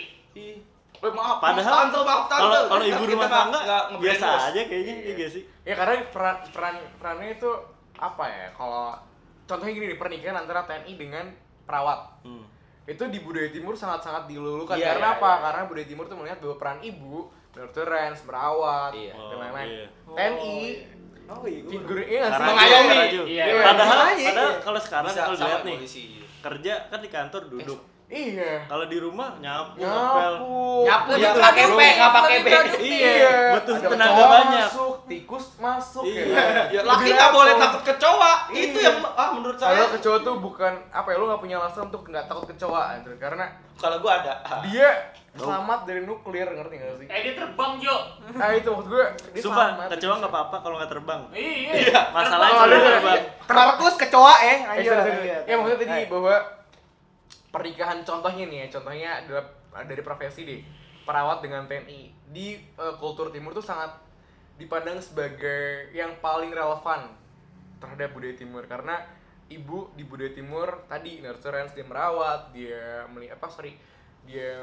G: Eh, maaf,
F: Padahal
G: maaf, tante, maaf, tante.
F: Kalau kalau ibu
G: Kita
F: rumah
G: nggak-
F: tangga
G: nggak
F: biasa
G: nge-brainwash.
F: aja kayaknya, iya gak sih?
E: Ya karena peran peran perannya itu apa ya? Kalau contohnya gini nih, pernikahan antara T N I dengan perawat.
F: Hmm.
E: Itu di budaya timur sangat-sangat dilulukan.
G: Iya,
E: Karena
G: iya,
E: apa?
G: iya.
E: Karena budaya timur tuh melihat bahwa peran ibu, nurturance, merawat,
G: Iya.
E: dan
F: Oh,
E: lain-lain.
F: iya.
E: T N I
C: Oh iya, gue
E: figur iya nggak sih?
F: Karaju,
G: Mengayomi.
F: Karaju.
B: Iya.
F: Padahal,
C: Makanya,
F: padahal
C: iya.
F: kalau sekarang
G: Bisa
F: kalau
G: sama
F: lihat nih,
G: polisi.
F: kerja kan di kantor duduk.
E: Iya.
F: Kalau di rumah nyapu, ngepel.
E: Nyapu.
G: Nyapu
H: Lebih
G: ya
H: produktif,
G: pakai P, nggak pakai B.
H: lebih produktif.
F: Iya, butuh
E: Ada
F: tenaga
E: kecoa
F: banyak.
E: Masuk, tikus masuk
F: Iya.
E: ya. kan?
G: Ya,
E: Lebih
G: laki nggak boleh
E: repot.
G: takut kecoa. Itu
E: Iya.
G: yang ah menurut saya.
E: Kalau kecoa tuh bukan apa ya, lu nggak punya alasan untuk nggak takut kecoa gitu. Karena
G: Kalau gua ada. Ah.
E: dia selamat dari nuklir, ngerti nggak sih?
B: Eh dia terbang Jo.
E: Nah itu maksud gue, dia
F: Sumpah,
E: selamat.
F: kecoa nggak apa-apa kalau nggak terbang.
B: Iya.
F: Masalahnya
E: Oh,
F: kalau
E: iya, iya.
F: terbang.
C: Markus kecoa eh,
E: Eh,
C: ayo.
E: sorry, sorry.
C: ayo.
E: Ya maksudnya tadi
C: Eh.
E: bahwa pernikahan contohnya nih ya, contohnya adalah dari profesi deh, perawat dengan T N I di eh, kultur timur tuh sangat dipandang sebagai yang paling relevan terhadap budaya timur karena ibu di budaya timur tadi nurturance, dia merawat, dia meli apa sorry dia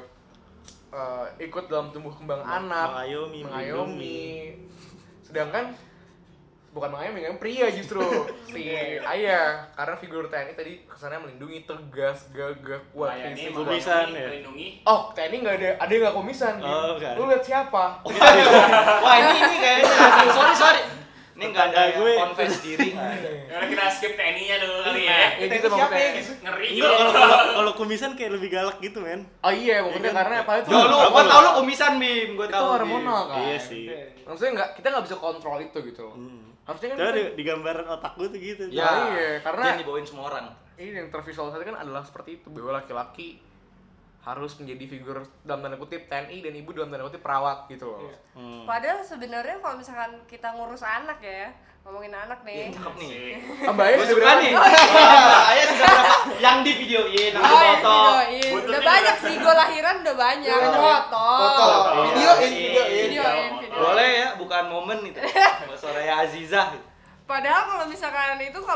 E: eh, ikut dalam tumbuh kembang
F: Meng-
E: anak,
F: mengayomi,
E: mengayomi. Sedangkan bukan mengayomi, kan pria justru si ayah karena figur T N I tadi kesannya melindungi, tegas, gagah, kuat,
B: Melayani,
E: fisik.
F: Kumisan,
B: melindungi,
F: ya?
B: melindungi.
E: Oh, T N I nggak ada, ada yang nggak komisan. Gitu.
F: Oh, nggak ada.
E: Lu lihat siapa?
G: Wah, ini ini kayaknya sorry sorry. Ini enggak ada
F: Tetangga gue.
G: yang confess diri nggak ada.
B: Karena kita skip T N I-nya dulu kali ya.
E: Ya gitu
C: Siapa
E: maksudnya.
C: ya, gitu?
B: Ngeri
F: Enggak,
B: Jo.
F: kalau kalau kalau kumisan kayak lebih galak gitu, men.
E: Oh iya, maksudnya
F: Iya kan?
E: karena apa itu?
G: Yo lu, gua tau lu kumisan Bim, gua
E: itu
G: tahu. Bim.
E: hormonal kan.
F: Iya sih.
E: Maksudnya nggak, kita nggak bisa kontrol itu gitu loh.
F: Hmm.
E: Harusnya kan
F: Coba
E: kita-
F: di, di gambaran otak gue tuh gitu.
G: Ya,
E: Nah, iya, karena-
G: jangan dibawain semua orang.
E: ini yang tervisualisasi kan adalah seperti itu bahwa laki-laki harus menjadi figur dalam tanda kutip T N I dan ibu dalam tanda kutip perawat gitu loh.
F: Hmm.
H: Padahal sebenarnya kalau misalkan kita ngurus anak ya, ngomongin anak nih.
G: Cakep nih.
E: Mbak Aya
G: Gua
E: sudah
G: suka
E: berapa
G: nih.
E: nih?
G: Ayah sudah berapa? Yang di videoin, yang di
H: Oh, ini
G: foto.
H: videoin.
B: Buntutnya
H: Udah banyak sih, gue lahiran udah banyak. Foto.
C: Foto. Videoin, videoin.
H: Videoin, videoin.
G: Boleh ya, bukan momen itu. Mbak Soraya Azizah.
H: Padahal kalau misalkan itu kalau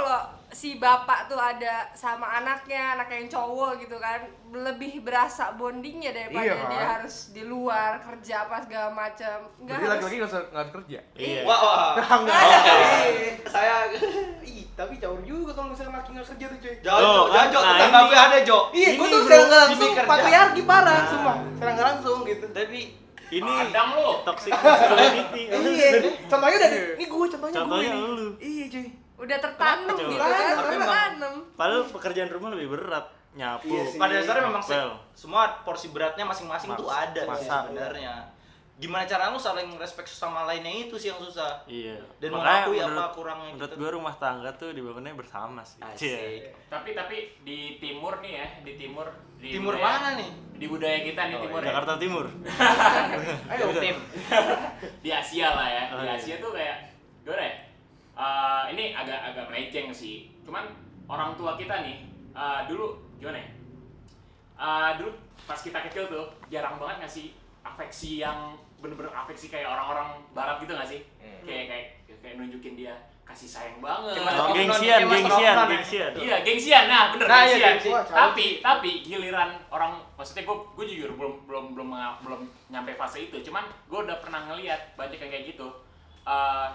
H: si bapak tuh ada sama anaknya, anaknya yang cowok gitu kan, lebih berasa bondingnya daripada
E: Iya, kan?
H: dia harus di luar kerja apa segala macam. Enggak
E: Berarti
H: harus.
E: lagi-lagi nggak usah nggak harus kerja.
F: Iya.
G: Wah, wah.
E: Enggak.
C: Saya ih, tapi jauh juga kalau misalnya laki nggak kerja tuh cuy.
G: Jauh,
F: Oh,
G: jauh, jauh,
F: nah,
G: tetangga
F: ini-
G: gue ada, Jo.
C: Iya,
F: Ini
C: gua tuh
F: bro,
C: secara nggak langsung
G: ini kerja.
C: patriarki parah,
F: Nah.
C: sumpah. Secara nggak langsung gitu.
G: Tapi
F: Ini
B: Kadang lu.
F: toxic masculinity.
C: Iya, contohnya udah, ini gue contohnya gue
F: Contohnya
C: nih.
F: lu.
C: Iya cuy.
H: Udah tertanam
F: Kenapa,
H: gitu
F: coba?
H: kan,
C: Tapi
G: emang-
H: tertanam.
F: Padahal pekerjaan rumah lebih berat. Nyapu.
C: Iya sih.
G: pada dasarnya memang se-
F: Well.
G: semua porsi beratnya masing-masing
F: Mas-
G: tuh ada sih
F: masak.
G: sebenarnya. Gimana cara lu saling respect sama lainnya itu sih yang susah.
F: Iya.
G: Dan
F: Makanya
G: mengakui apa
F: menurut-
G: kurangnya
F: Menurut
G: gitu.
F: gue rumah tangga tuh dibangunnya bersama sih.
G: Asik.
F: Iya.
B: Tapi tapi di timur nih ya, di timur di
G: Timur
B: budaya-
G: mana nih?
B: Di budaya kita nih
F: Oh,
B: timur ya.
F: Jakarta Timur.
G: Ayo tim.
B: Di Asia lah ya.
F: Oh,
B: Di
F: iya.
B: Asia tuh kayak gimana ya? Eh, ini agak agak melenceng sih. Cuman orang tua kita nih eh, dulu gimana ya? Eh, dulu pas kita kecil tuh jarang banget ngasih afeksi yang bener-bener afeksi kayak orang-orang barat gitu nggak sih?
E: Hmm.
B: Kayak kayak kayak nunjukin dia kasih sayang banget.
G: Kayak Mas
F: Oh,
G: Ofnon,
F: gengsian,
G: kayak Mas
F: gengsian,
G: Ofnon ya.
F: gengsian.
B: Iya, gengsian. Nah, bener
G: Nah, iya,
B: gengsian.
G: gengsi.
C: Wah, cowok.
B: Tapi tapi giliran orang maksudnya gue gue jujur belum belum belum belum nyampe fase itu. Cuman gue udah pernah ngeliat banyak yang kayak gitu. Eh,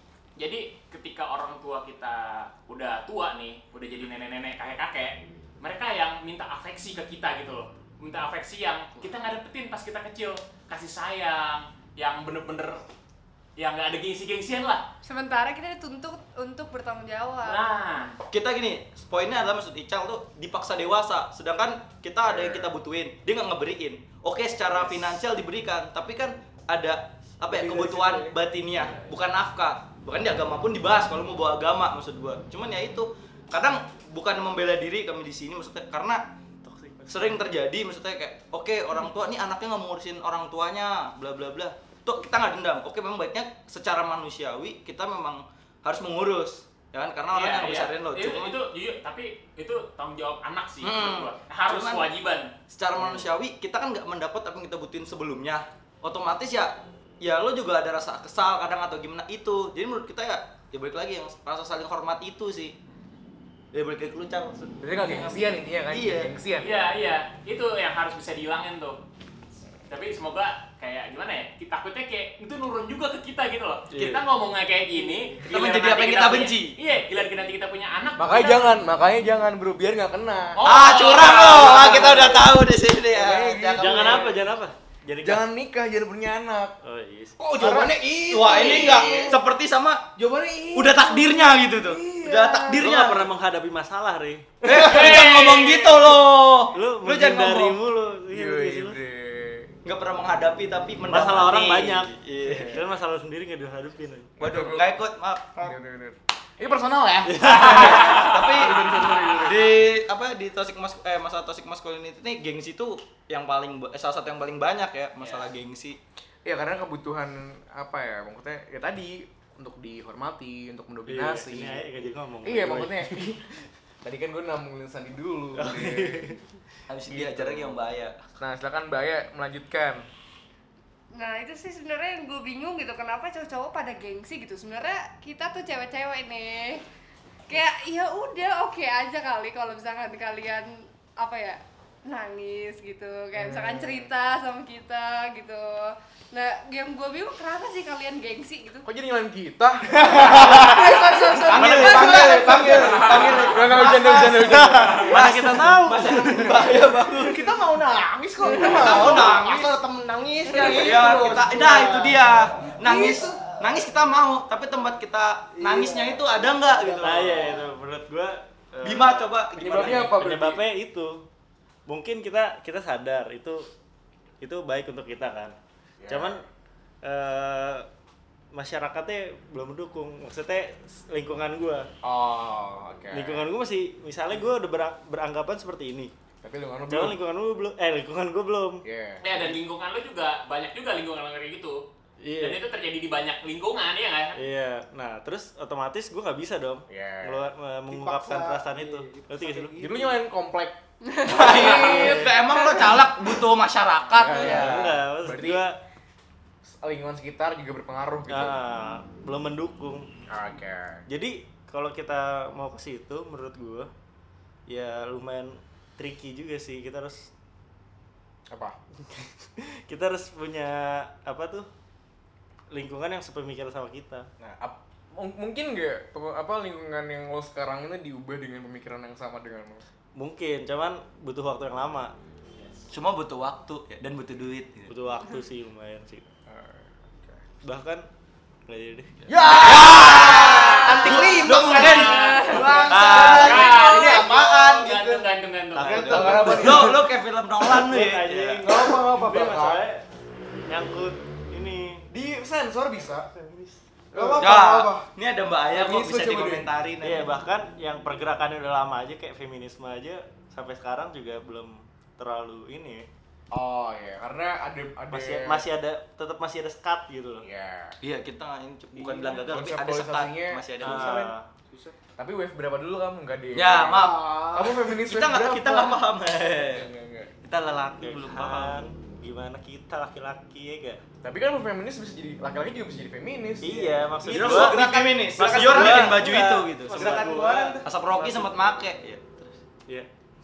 B: jadi ketika orang tua kita udah tua nih, udah jadi nenek-nenek, kakek-kakek, mereka yang minta afeksi ke kita gitu loh. Minta afeksi yang kita nggak dapetin pas kita kecil. Kasih sayang, yang bener-bener yang nggak ada gengsi-gengsian lah.
H: Sementara kita dituntut untuk bertanggung jawab.
B: Nah,
G: Kita gini, poinnya adalah maksud Ical tuh dipaksa dewasa, sedangkan kita ada yang kita butuhin, dia nggak ngeberiin. Oke, secara finansial diberikan, tapi kan ada apa ya
C: Lebih dari
G: kebutuhan
C: situ ya.
G: batinnya, bukan nafkah. Bahkan di agama pun dibahas kalau mau bawa agama maksud gua. Cuman ya itu, kadang bukan membela diri kami di sini maksudnya karena sering terjadi maksudnya kayak oke orang tua nih anaknya nggak mau ngurusin orang tuanya bla bla bla tuh kita nggak dendam oke memang baiknya secara manusiawi kita memang harus mengurus ya kan karena orang
B: iya,
G: yang
B: iya.
G: besarin lo
B: Itu,
G: cuma
B: itu jujur, tapi itu tanggung jawab anak sih
G: Hmm.
B: menurut gua. Harus
G: Cuman-
B: kewajiban.
G: secara manusiawi kita kan nggak mendapat apa yang kita butuhin sebelumnya otomatis ya ya lo juga ada rasa kesal kadang atau gimana itu jadi menurut kita ya ya balik lagi yang rasa saling hormat itu sih ya balik lagi ke lu Cal.
E: Berarti nggak gengsian intinya kan?
G: Iya.
E: Gengsian.
B: Iya, iya. Itu yang harus bisa dihilangin tuh. Tapi semoga kayak gimana ya? Kita takutnya kayak itu nurun juga ke kita gitu loh.
F: Iya.
B: Kita ngomongnya kayak gini,
G: Kita
B: giliran
G: menjadi
B: nanti
G: apa yang kita
B: punya-
G: benci.
B: Iya, giliran nanti kita punya anak.
E: Makanya
B: kita-
E: jangan, makanya jangan bro, biar nggak kena.
B: Oh.
G: ah curang lo ah, kita udah tahu di sini ya
E: Makanya
F: Jangan apa, jangan apa? Jadi
E: Jangan nikah, jangan punya anak.
F: Oh iya. sih.
C: Oh, jawabannya itu.
G: wah ini enggak seperti sama
C: Jawabannya itu.
G: udah takdirnya gitu tuh
C: Iya.
G: udah
F: Lu
G: takdirnya
F: nggak pernah menghadapi masalah, Ri.
G: eh jangan ngomong gitu loh
F: Lu
G: lu jangan
F: menghindari
G: ngomong
F: mulu. Iya,
E: Iya,
F: ngerti sih lu?
E: bre.
G: nggak pernah menghadapi tapi mendapati
F: Masalah orang banyak.
G: iya
F: Kan masalah lu sendiri nggak dihadapin.
G: waduh nggak ikut maaf
E: Bener, bener. Ini personal ya?
G: tapi di apa di toxic mas eh masalah toxic masculinity ini gengsi itu yang paling ba- eh, salah satu yang paling banyak ya masalah gengsi
E: Ya karena kebutuhan apa ya, maksudnya ya tadi untuk dihormati, untuk mendominasi.
F: Ini aja nggak jadi ngomong.
E: Iya maksudnya. Tadi kan gue nambungin Sandi dulu.
G: habis ini diajar lagi yang bahaya
E: Nah silakan Mbak Aya melanjutkan.
H: Nah itu sih sebenarnya yang gue bingung gitu, kenapa cowok-cowok pada gengsi gitu. Sebenarnya kita tuh cewek-cewek nih, kayak ya udah oke aja kali kalau misalkan kalian apa ya nangis gitu, kayak misalkan cerita sama kita gitu. Nah yang gue bingung kenapa sih kalian gengsi gitu?
E: Kok jadi nyalain kita?
H: Sorry, sorry, sorry, sorry.
C: Panggil,
H: Gimana,
C: panggil,
H: gimana?
C: panggil, panggil.
E: Gak gak hujan, hujan, hujan.
F: Mana kita tahu?
G: bahaya banget
C: Kita mau nangis kok. Kita mau nangis. Asal temen nangis ya gitu.
G: ya kita nah itu dia nangis
C: Gitu.
G: nangis kita mau tapi tempat kita nangisnya itu ada nggak gitu
F: Nah, iya itu menurut gua eh,
G: Bima coba
E: Penyebabnya apa berarti?
F: penyebabnya itu mungkin kita kita sadar itu itu baik untuk kita kan
E: Ya.
F: cuman eh, masyarakatnya belum mendukung maksudnya lingkungan gua
E: Oh oke.
F: lingkungan gua masih misalnya gua udah berang- beranggapan seperti ini
E: Tapi lu nggak
F: cuman lingkungan lu belum eh lingkungan gua belum
E: Iya.
B: Ya dan lingkungan lu juga banyak juga lingkungan yang kayak gitu.
F: Iya.
B: Dan itu terjadi di banyak lingkungan ya kan?
F: Iya, nah terus otomatis gua nggak bisa dong
E: Iya.
F: ngelu- me- mengungkapkan
C: Dipaksa.
F: perasaan itu.
C: Iya,
F: Ngerti gak sih lu?
C: dipaksa
E: Jadi lu nyalain komplek.
G: Iya, emang lo calak butuh masyarakat
E: Iya.
F: Enggak, maksud
E: Berarti
F: gua
E: lingkungan sekitar juga berpengaruh gitu.
F: ah, belum mendukung.
E: Oke.
F: Jadi kalau kita mau ke situ menurut gua ya lumayan tricky juga sih. Kita harus
E: Apa?
F: kita harus punya apa tuh lingkungan yang sepemikiran sama kita.
E: Nah, ap- mung- mungkin nggak pe- apa lingkungan yang lo sekarang ini diubah dengan pemikiran yang sama dengan lo?
F: Mungkin, cuman butuh waktu yang lama.
G: Cuma butuh waktu ya, dan butuh duit gitu.
F: Butuh waktu sih lumayan sih. Bahkan nggak jadi deh.
C: Anting lima
G: Lu mungkin
C: Bangsa. Ini apaan gitu.
B: Gantung, gantung, gantung.
F: Gantung.
G: lu lu kayak film Nolan lu ya.
F: Aja.
G: Iya.
F: Enggak apa-apa, masalahnya nyangkut ini.
E: Di sensor bisa.
F: Gak
G: Ya, ini ada Mbak Aya kok
E: Feminisme
G: bisa
E: coba deh.
G: dikomentarin.
F: Iya, bahkan yang pergerakannya udah lama aja kayak feminisme aja sampai sekarang juga belum terlalu ini.
E: Oh iya, karena ada ada
F: Masih masih ada tetap masih ada skat gitu loh.
E: Iya.
G: Iya, kita nggak ini bukan bilang gagal, tapi ada sekat,
E: Konseptualisasinya
G: masih ada.
F: Ah,
E: Tapi wave berapa dulu kamu enggak deh?
G: Ya, maaf.
E: Kamu feminis
G: Kita
E: wave
G: nggak
E: berapa?
G: kita nggak paham.
E: Enggak, enggak.
G: Kita lelaki belum paham.
F: kan gimana kita laki-laki ya gak?
E: Tapi kan feminis bisa jadi laki-laki juga bisa jadi feminis.
F: Iya, maksud
G: Jadi
F: gua
G: gerakan feminis. Mas
C: gerakan
G: Dior
C: gua-
G: bikin baju
F: enggak.
G: itu gitu.
F: Maksud
C: Gerakan
F: gua-
C: gua kan-
G: Asap Rocky sempat make. Iya, terus.
F: Iya.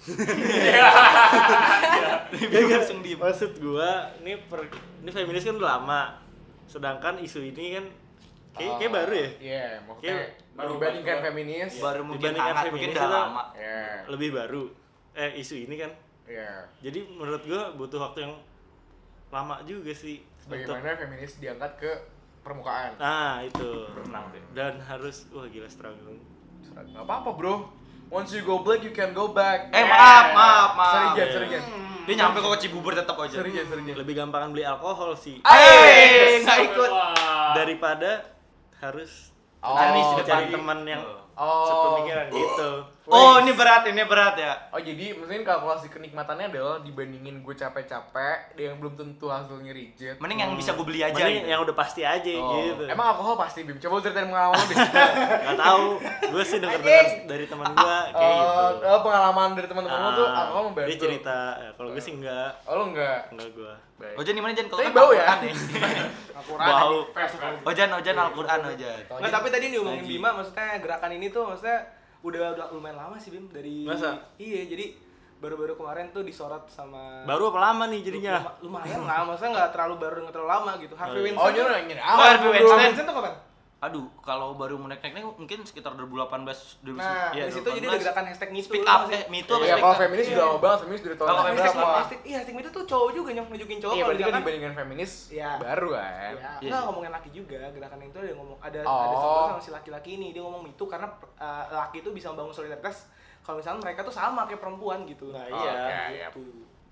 G: Dia langsung diem.
F: Maksud gua ini per, ini feminis kan udah lama. Sedangkan isu ini kan kayak, kayak baru ya?
E: Iya, maksudnya
F: Kayak
E: baru
F: baru-
E: dibandingkan
F: baru-
E: feminis.
G: Baru mungkin
F: Dibandingkan
G: hangat, mungkin
F: feminis
G: udah
F: itu-
G: lama.
E: Iya.
F: Lebih baru. Eh isu ini kan.
E: Iya.
F: Jadi menurut gua butuh waktu yang lama juga sih untuk
E: Bagaimana feminis diangkat ke permukaan?
F: nah itu
G: Berenang deh.
F: dan harus wah gila struggle.
E: Nggak apa-apa bro. Once you go black, you can go back.
G: Eh, maaf, maaf, maaf.
E: Sorry Jan, sorry Jan.
G: Dia nyampe kok ke Cibubur tetap aja.
E: Sorry Jan, sorry Jan.
F: Lebih gampangan beli alkohol sih
G: Eh, nggak ikut.
F: daripada harus
E: Oh,
F: cari
G: di depan.
F: cari teman yang
E: Oh.
F: sepemikiran gitu.
G: Oh, ini berat, ini berat ya.
E: Oh jadi mungkin kalkulasi kenikmatannya adalah dibandingin gue capek-capek yang belum tentu hasilnya reject.
G: Mending yang bisa gue beli aja.
F: Mending
G: gitu.
F: yang udah pasti aja
E: Oh.
F: gitu.
E: Emang alkohol pasti Bim. Coba lu ceritain pengalaman lu deh.
F: Nggak tahu, gue sih denger dengar dari teman gue kayak gitu.
E: Oh, oh, pengalaman dari teman-teman lu tuh
F: Ah,
E: alkohol membantu.
F: dia cerita, ya, kalau gue sih enggak,
E: Oh lu enggak.
F: enggak gue.
E: Baik.
G: Ojan gimana Jan? Kalau
E: Tapi
G: kan
E: bau ya?
G: Al-Quran
C: Al-Quran
G: Bau.
C: aja.
G: Ojan, Ojan Al-Quran Ojan.
C: Nggak, tapi tadi diomongin
G: Lagi.
C: Bima, maksudnya gerakan ini tuh maksudnya udah udah lumayan lama sih Bim dari
F: Masa?
C: Iya, jadi baru-baru kemarin tuh disorot sama
F: Baru apa lama nih jadinya?
C: Luma- lumayan lah, maksudnya nggak terlalu baru nggak terlalu lama gitu. Harvey
F: Oh, iya.
C: Weinstein.
E: Oh nyuruh nyuruh.
G: Oh,
E: Aman
G: Harvey
E: bro.
G: Weinstein.
C: Harvey Weinstein tuh kapan?
G: Aduh, kalau baru mau naik-naik mungkin sekitar dua ribu delapan belas dua ribu
C: Nah,
G: iya,
C: di situ
G: dua ribu
C: jadi
G: delapan
C: ada
G: belas.
C: gerakan hashtag Me Too.
G: Speak
C: lu
G: up,
C: tau nggak
G: eh,
C: sih?
G: Me Too apa
E: Iya,
G: speak
E: kalau
G: up?
E: feminis
C: Iya.
E: udah lama banget, feminis dari tahun
G: Kalau
C: Hashtag,
G: feminis
E: berapa?
C: hashtag, iya hashtag Me Too tuh cowok juga nyok nunjukin cowok
E: Iya,
C: kalau
E: berarti kan
C: gerakan.
E: dibandingkan feminis
C: Iya.
E: baru kan.
C: Ya,
G: Iya,
C: enggak
G: iya.
C: ngomongin laki juga, gerakan yang itu ada ngomong ada
E: Oh.
C: ada sebuah sama si laki-laki ini, dia ngomong itu karena uh, laki itu bisa membangun solidaritas kalau misalnya mereka tuh sama kayak perempuan gitu.
F: Nah,
E: Oke,
F: iya.
E: iya.
C: Gitu.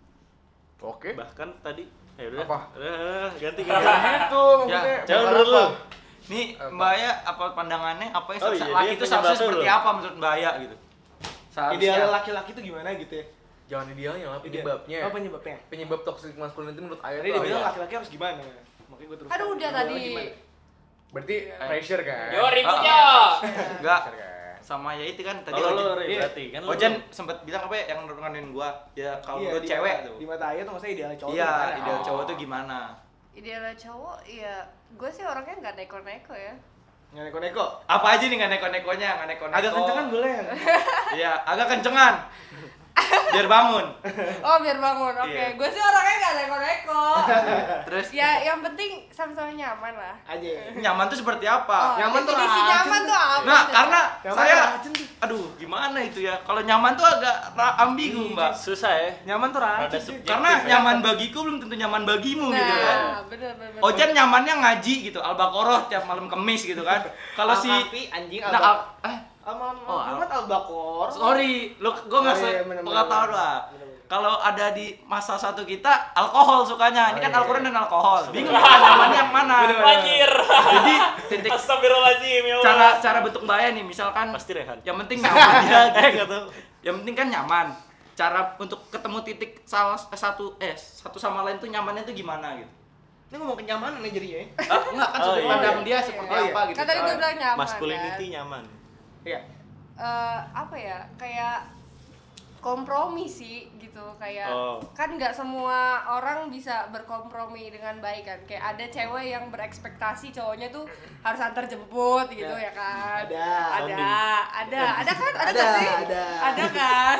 E: Oke.
F: Bahkan tadi, ya udah.
E: Apa?
F: Udah, udah, ganti
E: Kayak
F: ganti.
E: gitu maksudnya.
F: Coba
E: bukan
F: menurut lu.
E: apa.
G: Nih, Mbak Aya apa pandangannya apa ya
F: Oh,
G: se-
F: iya,
G: laki
F: dia
G: itu
F: punya
G: seharusnya
F: bapak
G: seperti
F: loh.
G: apa menurut Mbak Aya gitu?
C: Idealnya laki-laki tuh gimana gitu ya?
E: Jangan idealnya lah
C: Ide-
E: penyebabnya.
C: Apa penyebabnya?
E: Penyebab toxic masculinity menurut Aya
C: Tadi
E: itu
C: dia
E: apa?
C: bilang laki-laki harus gimana? Makanya gue terus.
H: Aduh udah tadi.
E: Berarti pressure kan?
B: Yo ribut
G: Ah,
B: yo.
G: Enggak.
E: Pressure kan?
G: Sama ya itu kan tadi
F: Kalau lu,
G: Ojan.
F: Ri,
G: Iya.
F: berarti kan lu-
G: Ojan sempat bilang apa ya yang nurunin gua? Ya kalau
C: Iya,
G: lu
C: di-
G: cewek tuh.
C: Di mata Ayah tuh maksudnya idealnya cowok.
G: Iya,
C: tuh gimana?
G: ideal
E: Oh.
G: cowok tuh gimana?
H: Idealnya cowok ya gue sih orangnya nggak neko-neko ya.
C: Nggak neko-neko.
G: Apa aja nih nggak neko-nekonya? Nggak neko-neko.
C: Agak kencengan boleh.
G: Iya, agak kencengan. Biar bangun.
H: Oh biar bangun, oke.
G: Iya.
H: Gue sih orangnya nggak neko-neko.
G: Terus
H: Ya yang penting sama-sama nyaman lah.
C: Aja.
G: nyaman tuh seperti
H: Oh,
G: apa?
C: Nyaman tuh
H: definisi
C: racun
H: nyaman
C: tuh.
H: tuh apa?
G: Nah,
H: coba?
G: karena
C: Nyaman
G: saya
C: tuh racun tuh.
G: aduh, gimana itu ya? Kalau nyaman tuh agak ra- ambigu, Mbak.
F: Susah ya.
C: Nyaman tuh racun.
F: Rada
C: sih.
F: subjektif
G: Karena
F: ya.
G: nyaman bagiku belum tentu nyaman bagimu gitu kan.
H: Nah, bener bener.
G: Ojan nyamannya ngaji gitu, Al-Baqarah tiap malam Kemis gitu kan. Kalau si
C: Al-Kafi, anjing
G: nah,
C: Al
G: al, eh,
C: Sama
G: Oh,
C: Muhammad Al-Baqarah.
G: sorry, lu gua nggak
C: Oh, iya,
G: se
C: bener-bener.
G: pengetahuan lah.
C: Bener-bener.
G: Kalau ada di masa satu kita alkohol sukanya, ini
E: Oh,
G: kan
E: iya.
G: Al-Quran dan alkohol. Bingung kan nyamannya yang mana?
B: Anjir.
G: Jadi titik
B: Astagfirullahaladzim ya Allah.
G: cara cara bentuk bahaya nih, misalkan
F: Pasti Rehan.
G: yang penting nyaman ya,
F: Eh, enggak tahu.
G: yang penting kan nyaman. Cara untuk ketemu titik salah satu eh satu sama lain tuh nyamannya tuh gimana gitu?
C: Ini ngomong kenyamanan nih jadinya ya.
G: Ah, enggak kan
F: Oh,
G: sudut
F: iya.
G: pandang dia seperti
C: Oh, iya.
G: apa gitu.
H: Kan tadi gue
G: cara-
H: bilang nyaman.
F: Masculinity
H: kan?
F: nyaman.
C: Iya.
H: Eh, apa ya? Kayak kompromi sih gitu kayak
F: Oh.
H: kan nggak semua orang bisa berkompromi dengan baik kan kayak ada cewek yang berekspektasi cowoknya tuh harus antar jemput gitu ya, kan
C: Ada.
H: ada ada ada kan ada,
C: Ada,
H: nggak sih
C: ada.
H: ada kan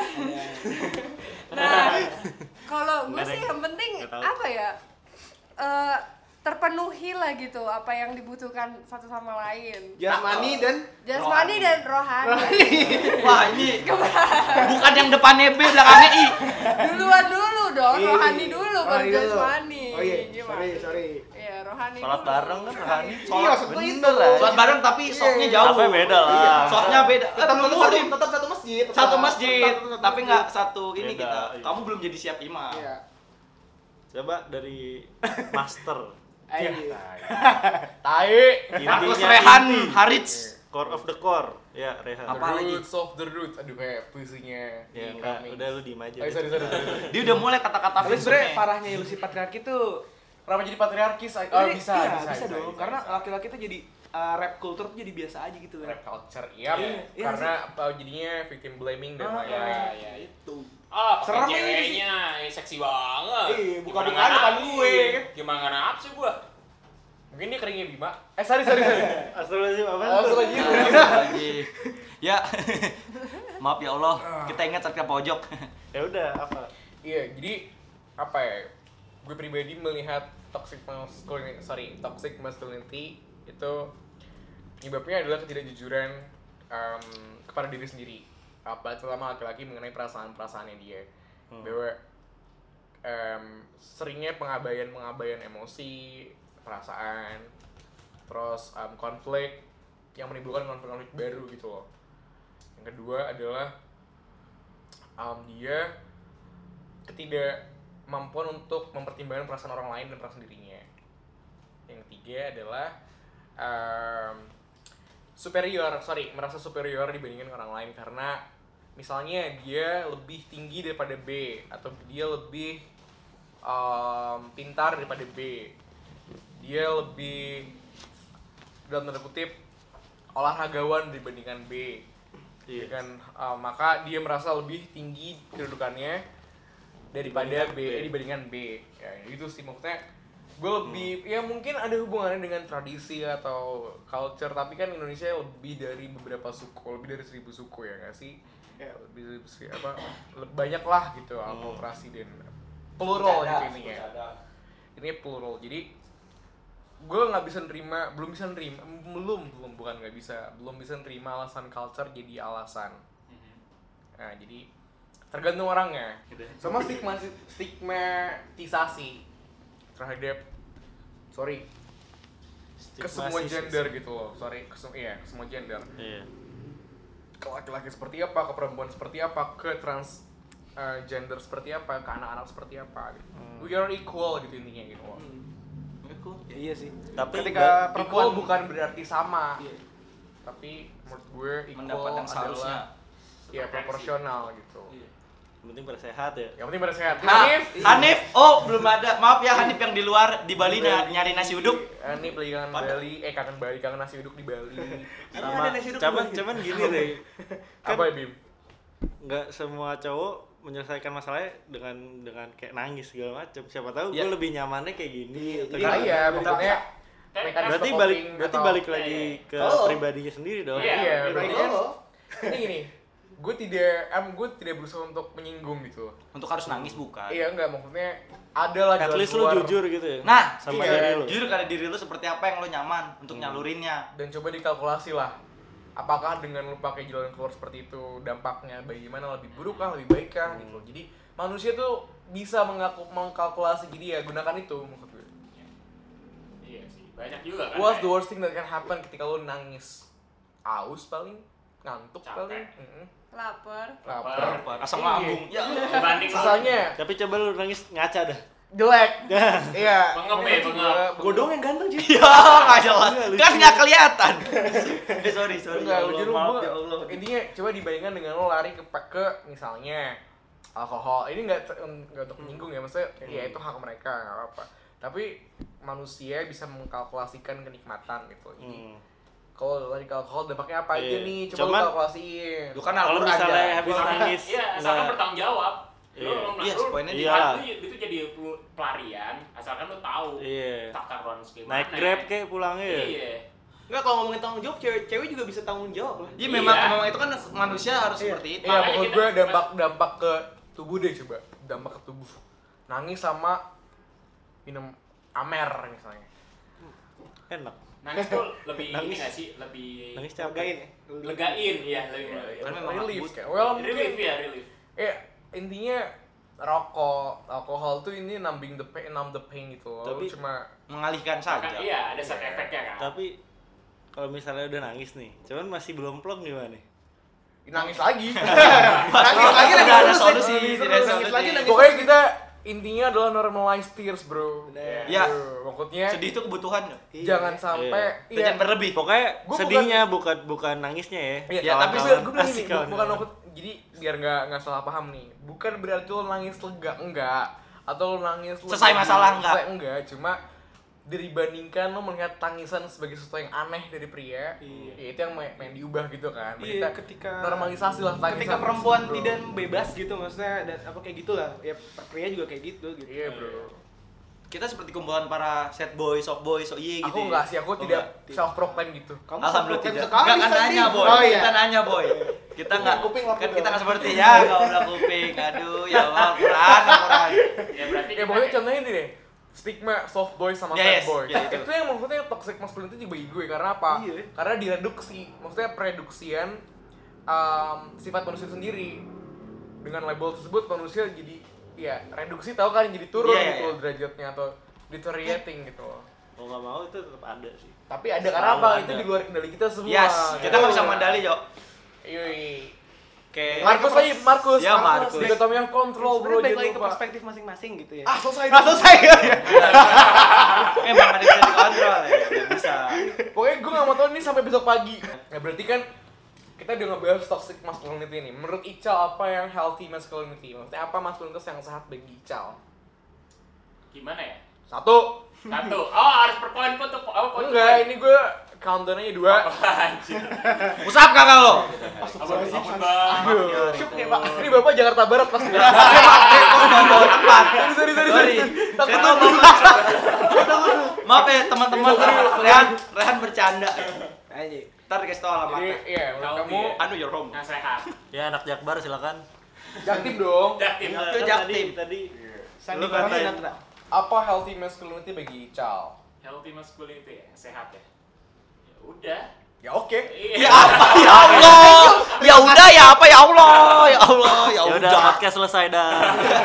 H: nah kalau gue
F: Nggak ada
H: sih
F: yang-
H: yang penting
F: nggak tahu.
H: apa ya eh, terpenuhi lah gitu apa yang dibutuhkan satu sama lain
C: Jasmani dan
H: jasmani dan rohani
G: Wah, ini bukan yang depannya B, belakangnya I.
H: duluan dulu dong
C: Iya,
H: rohani
C: iya.
H: dulu
C: Rohani
H: baru
C: dulu.
H: jasmani
C: Oh iya,
H: Gimana?
C: sorry, sorry.
H: Iya rohani
F: Sholat
H: dulu.
F: bareng kan rohani.
C: Iya,
G: Sholat
C: maksud gue itu.
F: bener lah.
G: Sholat bareng tapi softnya jauh.
F: Tapi beda lah.
G: Iya, softnya beda. Eh,
C: Tetap
G: belum
C: satu,
G: muhrim.
C: tetap satu masjid. tetap.
G: Satu masjid,
C: Tetap satu
G: tapi
C: masjid.
G: nggak satu ini
F: Beda,
G: kita.
F: iya.
G: Kamu belum jadi siap imam.
C: Iya.
F: Coba dari master.
C: Iya.
E: Tai.
G: Markus
F: Intinya
G: Rehan
F: inti.
G: Harits.
F: Core of the core. Ya, Rehan.
E: The
G: Apa lagi?
E: roots of the roots. Aduh kayak puisinya.
F: Ya
E: di
F: enggak,
E: Coming.
F: udah lu diem aja.
E: Oh, sorry, sorry, sorry.
G: Dia udah mulai kata-kata
C: Tapi sebenarnya
G: filsufnya.
C: parahnya ilusi patriarki tuh
E: Kenapa jadi patriarkis? Oh,
C: Jadi,
E: bisa,
C: iya,
E: bisa,
C: bisa, dong. Karena laki-laki tuh jadi uh, rap culture tuh jadi biasa aja gitu kan.
E: rap culture, iya.
C: Iya, iya
E: Karena apa jadinya victim blaming dan
C: Ah,
E: lain-lain.
B: ya ya
C: itu.
B: ah
C: Serem
B: pakai
C: ini sih.
B: ceweknya eh, seksi banget
C: Iya, buka-bukaan
B: Gimana nggak
C: depan
B: nafsu?
C: gue, kan?
B: Gimana nggak nafsu gua
E: Mungkin dia keringnya Bima. Eh, sorry, sorry, sorry.
F: Astagfirullahaladzim, apa?
E: Astagfirullahaladzim.
G: lagi. Ya. Maaf ya Allah, kita ingat saat ke pojok.
F: Ya udah, apa?
E: Iya, jadi apa ya? Gue pribadi melihat toxic masculinity, sorry, toxic masculinity itu penyebabnya adalah ketidakjujuran um, kepada diri sendiri. Apa terutama laki-laki mengenai perasaan-perasaannya dia.
F: Hmm.
E: Bahwa um, seringnya pengabaian-pengabaian emosi, perasaan, terus um, konflik yang menimbulkan konflik-konflik baru gitu loh. Yang kedua adalah um, dia ketidakmampuan untuk mempertimbangkan perasaan orang lain dan perasaan dirinya. Yang ketiga adalah um, superior, sorry, merasa superior dibandingkan orang lain karena misalnya dia lebih tinggi daripada B atau dia lebih um, pintar daripada B, dia lebih dalam tanda kutip olahragawan dibandingkan B.
F: Iya.
E: Dengan uh, maka dia merasa lebih tinggi kedudukannya daripada B, eh, dibandingkan B. Ya itu sih maksudnya gue lebih ya mungkin ada hubungannya dengan tradisi atau culture tapi kan Indonesia lebih dari beberapa suku, lebih dari seribu suku ya nggak sih? Ya lebih dari apa le- banyak lah gitu akulturasi dan plural gitu ininya. Ini plural jadi gue nggak bisa nerima, belum bisa nerima, belum belum bukan nggak bisa, belum bisa nerima alasan culture jadi alasan. Nah jadi tergantung orangnya. Sama stigma stigmatisasi terhadap sorry ke semua
F: Stigmasis.
E: gender gitu loh, sorry ke sem- iya ke semua gender.
F: Iya.
E: Ke laki-laki seperti apa, ke perempuan seperti apa, ke trans uh, gender seperti apa, ke anak-anak seperti apa gitu. We are equal gitu intinya gitu loh.
C: Ya, iya sih.
F: Tapi
C: Ketika
E: Equal
C: perempuan
E: bukan berarti sama.
C: Iya.
E: Tapi menurut gue equal
G: Mendapat yang seharusnya.
E: adalah ya proporsional gitu.
F: yang penting pada sehat ya.
E: Yang penting pada sehat.
G: Ha,
E: Hanif,
G: Hanif, oh belum ada. Maaf ya Hanif yang di luar di Bali na- nyari nasi uduk.
E: Hanif lagi kangen
G: Pada-
E: Bali, eh kangen Bali, kangen nasi uduk di Bali.
F: Sama,
C: ada nasi uduk
F: cuman
C: lagi.
F: cuman gini deh. Kan
E: Apa ya Bim?
F: nggak semua cowok menyelesaikan masalahnya dengan dengan kayak nangis segala macam. Siapa tahu
G: Ya.
F: gue lebih nyamannya kayak gini. atau
E: Iya,
F: gimana.
E: iya, maksudnya mekanisme
F: Berarti
E: coping
F: balik berarti
E: atau-
F: balik lagi ke
C: Kalau-
F: pribadinya sendiri dong.
E: Iya, iya,
C: Balik
E: berarti
C: lagi
E: kan
C: lo.
E: ini gini. Gue tidak, em, gue tidak berusaha untuk menyinggung gitu.
G: Untuk harus nangis bukan.
E: Iya enggak, maksudnya ada lah
F: At
E: jalan
F: least lu
E: keluar.
F: jujur gitu ya.
G: Nah,
F: sama
E: iya,
F: diri lu.
G: jujur karena diri lu seperti apa yang lo nyaman untuk nyalurinnya.
E: Dan coba dikalkulasi lah. Apakah dengan lu pakai jalan keluar seperti itu dampaknya bagaimana, lebih buruk kah, lebih baik kah gitu. Jadi manusia tuh bisa mengaku, mengkalkulasi jadi ya gunakan itu maksud gue.
B: Iya sih, banyak juga kan.
E: What's the
B: kayak-
E: worst thing that can happen ketika lu nangis? Aus paling, ngantuk
B: Capek.
E: paling, mm-mm.
H: lapar
E: lapar,
G: Asam
E: Iya.
G: lambung. Ya,
B: Dibanding
E: Sisanya
F: Tapi coba lu nangis ngaca dah.
E: jelek. Iya.
B: Bengep ya,
E: Maksud
B: bengep.
E: gua,
C: Gue dong yang ganteng sih.
G: ya nggak jelas.
F: Enggak, lucu.
G: Kan nggak kelihatan. eh sorry sorry.
E: Enggak,
G: Ya
E: lu
G: Allah,
E: jadi
G: maaf
E: gua-
G: ya Allah.
E: intinya coba dibandingkan dengan lo lari ke ke misalnya alkohol. Ini enggak enggak untuk menyinggung ya, maksudnya ya itu hak mereka, enggak apa-apa. Tapi manusia bisa mengkalkulasikan kenikmatan gitu. Jadi
F: Hmm.
E: kalau tadi ke alkohol dampaknya apa aja
F: Iya.
E: nih, coba
F: Cuman-
E: lu kalkulasiin.
G: Lu kan
F: Kalau
G: alur
F: misalnya
G: aja.
F: habis nangis,
B: Iya, asalkan
F: nggak-
B: bertanggung jawab. Lu
F: Iya.
B: lu
G: Iya,
B: lu-
G: poinnya
F: Iya.
B: itu itu jadi pel- pelarian, asalkan lu tahu
F: Iya.
B: takar runs gimana.
F: Naik Grab kayak pulangnya ya.
B: Iya.
C: Enggak, kalau ngomongin tanggung jawab, cewek cewek juga bisa tanggung jawab lah.
G: Iya memang
B: Iya.
G: memang itu kan manusia harus
C: Iya.
G: seperti itu.
E: Iya,
B: Makanya
E: menurut
B: kita-
E: gue dampak dampak ke tubuh deh coba, dampak ke tubuh. Nangis sama minum Amer misalnya.
F: Enak.
B: Nangis tuh lebih ini
F: Nangis.
B: nggak sih? Lebih
F: Nangis capek.
C: Jagain ya.
B: legain, iya, lebih
G: Kan memang
E: Relief
G: but-
E: kan. Well,
B: relief
E: mungkin
B: ya, relief.
E: eh intinya rokok, alkohol tuh ini numbing the pain, numb the pain gitu loh.
F: Tapi-
E: Cuma
G: mengalihkan
B: Kan,
G: saja.
B: iya, ada side
E: Iya.
B: effect-nya kan.
F: Tapi kalau misalnya udah nangis nih, cuman masih belum plong gimana?
E: nangis lagi.
C: Nangis lagi lagi
G: Tidak ada
C: terus,
G: solusi,
C: nangis
G: tidak
C: terus,
G: ada
C: nangis
G: solusi.
C: lagi nangis.
E: Pokoknya kita intinya adalah normalize tears, bro.
C: Bener.
G: Ya.
E: Bro, maksudnya
G: Sedih itu kebutuhan.
C: Iya.
E: jangan sampai
G: Dan
E: iya,
G: jangan berlebih.
F: Pokoknya
E: Gua
F: sedihnya bukan bukan nangisnya ya.
E: Iya,
G: Ya, tapi
E: tapi
F: Kawan-kawan.
E: gue bilang
F: Asik
E: ini,
F: kawan-kawan.
E: bukan maksud, jadi biar nggak nggak salah paham nih, bukan berarti lo nangis lega, enggak, atau lo nangis lo
G: Selesai masalah, enggak.
E: selesai, enggak, cuma dibandingkan lo melihat tangisan sebagai sesuatu yang aneh dari pria,
C: Iya.
E: ya itu yang main diubah gitu kan.
C: Iya,
E: Kita
C: ketika
E: normalisasi lah tangisan
C: ketika perempuan
E: tersebut, bro.
C: tidak bebas gitu maksudnya dan apa kayak gitulah. Ya pria juga kayak gitu gitu.
E: Iya bro.
G: Kita seperti kumpulan para sad boy, soft boy, so iye gitu.
E: Aku
G: ya.
E: enggak sih, aku
G: Oh,
E: tidak
G: enggak.
E: self proclaim gitu.
C: Kamu
G: Alhamdulillah
C: self-proclaim
G: tidak.
C: sekali
G: Enggak kan
C: tadi.
G: nanya boy.
C: Oh iya.
G: Kita nanya boy. Kita enggak
C: Kuping,
G: kan
C: kuping.
G: kita enggak seperti ya, enggak udah kuping. Aduh, ya Allah, Quran, Quran.
B: Ya berarti
E: Ya pokoknya contohnya ini deh, stigma soft boy sama
G: Yes,
E: sad boy.
G: yes, itu.
E: itu yang maksudnya toxic masculinity bagi gue karena apa?
C: Iya.
E: Karena direduksi, maksudnya pereduksian um, sifat manusia sendiri. Dengan label tersebut manusia jadi ya reduksi tahu kan jadi turun
G: Iya, iya,
E: gitu
G: iya.
E: loh derajatnya atau deteriorating gitu loh.
F: Mau nggak mau itu tetap ada sih.
E: Tapi ada karena
F: Selalu
E: apa?
F: ada.
E: Itu di luar kendali kita semua.
G: Yes, kita enggak bisa
E: Gitu.
G: mandali, Jo.
E: Yoi.
G: Kayak
E: Markus lagi, Markus.
G: Ya, Markus.
E: Dichotomy of control bro,
C: Sebenarnya balik
E: jangan
C: lagi ke
E: lupa.
C: perspektif masing-masing gitu ya.
E: Ah, selesai.
C: Ah, selesai ya.
G: emang ada bisa dikontrol ya, enggak bisa.
E: Pokoknya gue gak mau tau ini sampai besok pagi. Ya berarti kan kita udah ngebahas toxic masculinity ini. Menurut Ical apa yang healthy masculinity? Maksudnya apa maskulinitas yang sehat bagi Ical?
B: gimana ya?
E: Satu.
B: Satu. Oh, harus per poin pun tuh. Oh, poin.
E: Enggak, ini gue countdown aja dua.
B: Anjir.
G: Usap kakak lo.
B: Ampun, ampun, Bang.
E: Aduh.
C: Syuk nih, Pak.
E: Ini bapak Jakarta Barat pasti.
G: Bawa tempat.
E: Sorry, sorry, sorry.
G: Sorry.
E: Takut
G: Saya
E: lu.
G: tahu maaf ya teman-teman. Rehan, Rehan bercanda.
C: Anjing.
G: Ntar dikasih tau
E: Jadi,
G: alamatnya.
E: iya, menurut
B: Tahu
E: kamu
B: dia.
G: Anu your home.
B: Yang sehat.
F: Ya anak Jakbar silakan.
E: jaktim dong.
B: Jaktim.
G: Itu
F: Kan
G: Jaktim.
F: Tadi, tadi
C: Sandi
F: Lu katain.
C: Sinatra.
E: Apa healthy masculinity bagi Ical?
B: Healthy masculinity ya, sehat ya. Ya udah.
E: Ya oke.
G: Ya apa ya Allah? Ya udah ya apa ya Allah? Ya Allah, ya
F: ya udah
G: udah.
F: podcast selesai dah.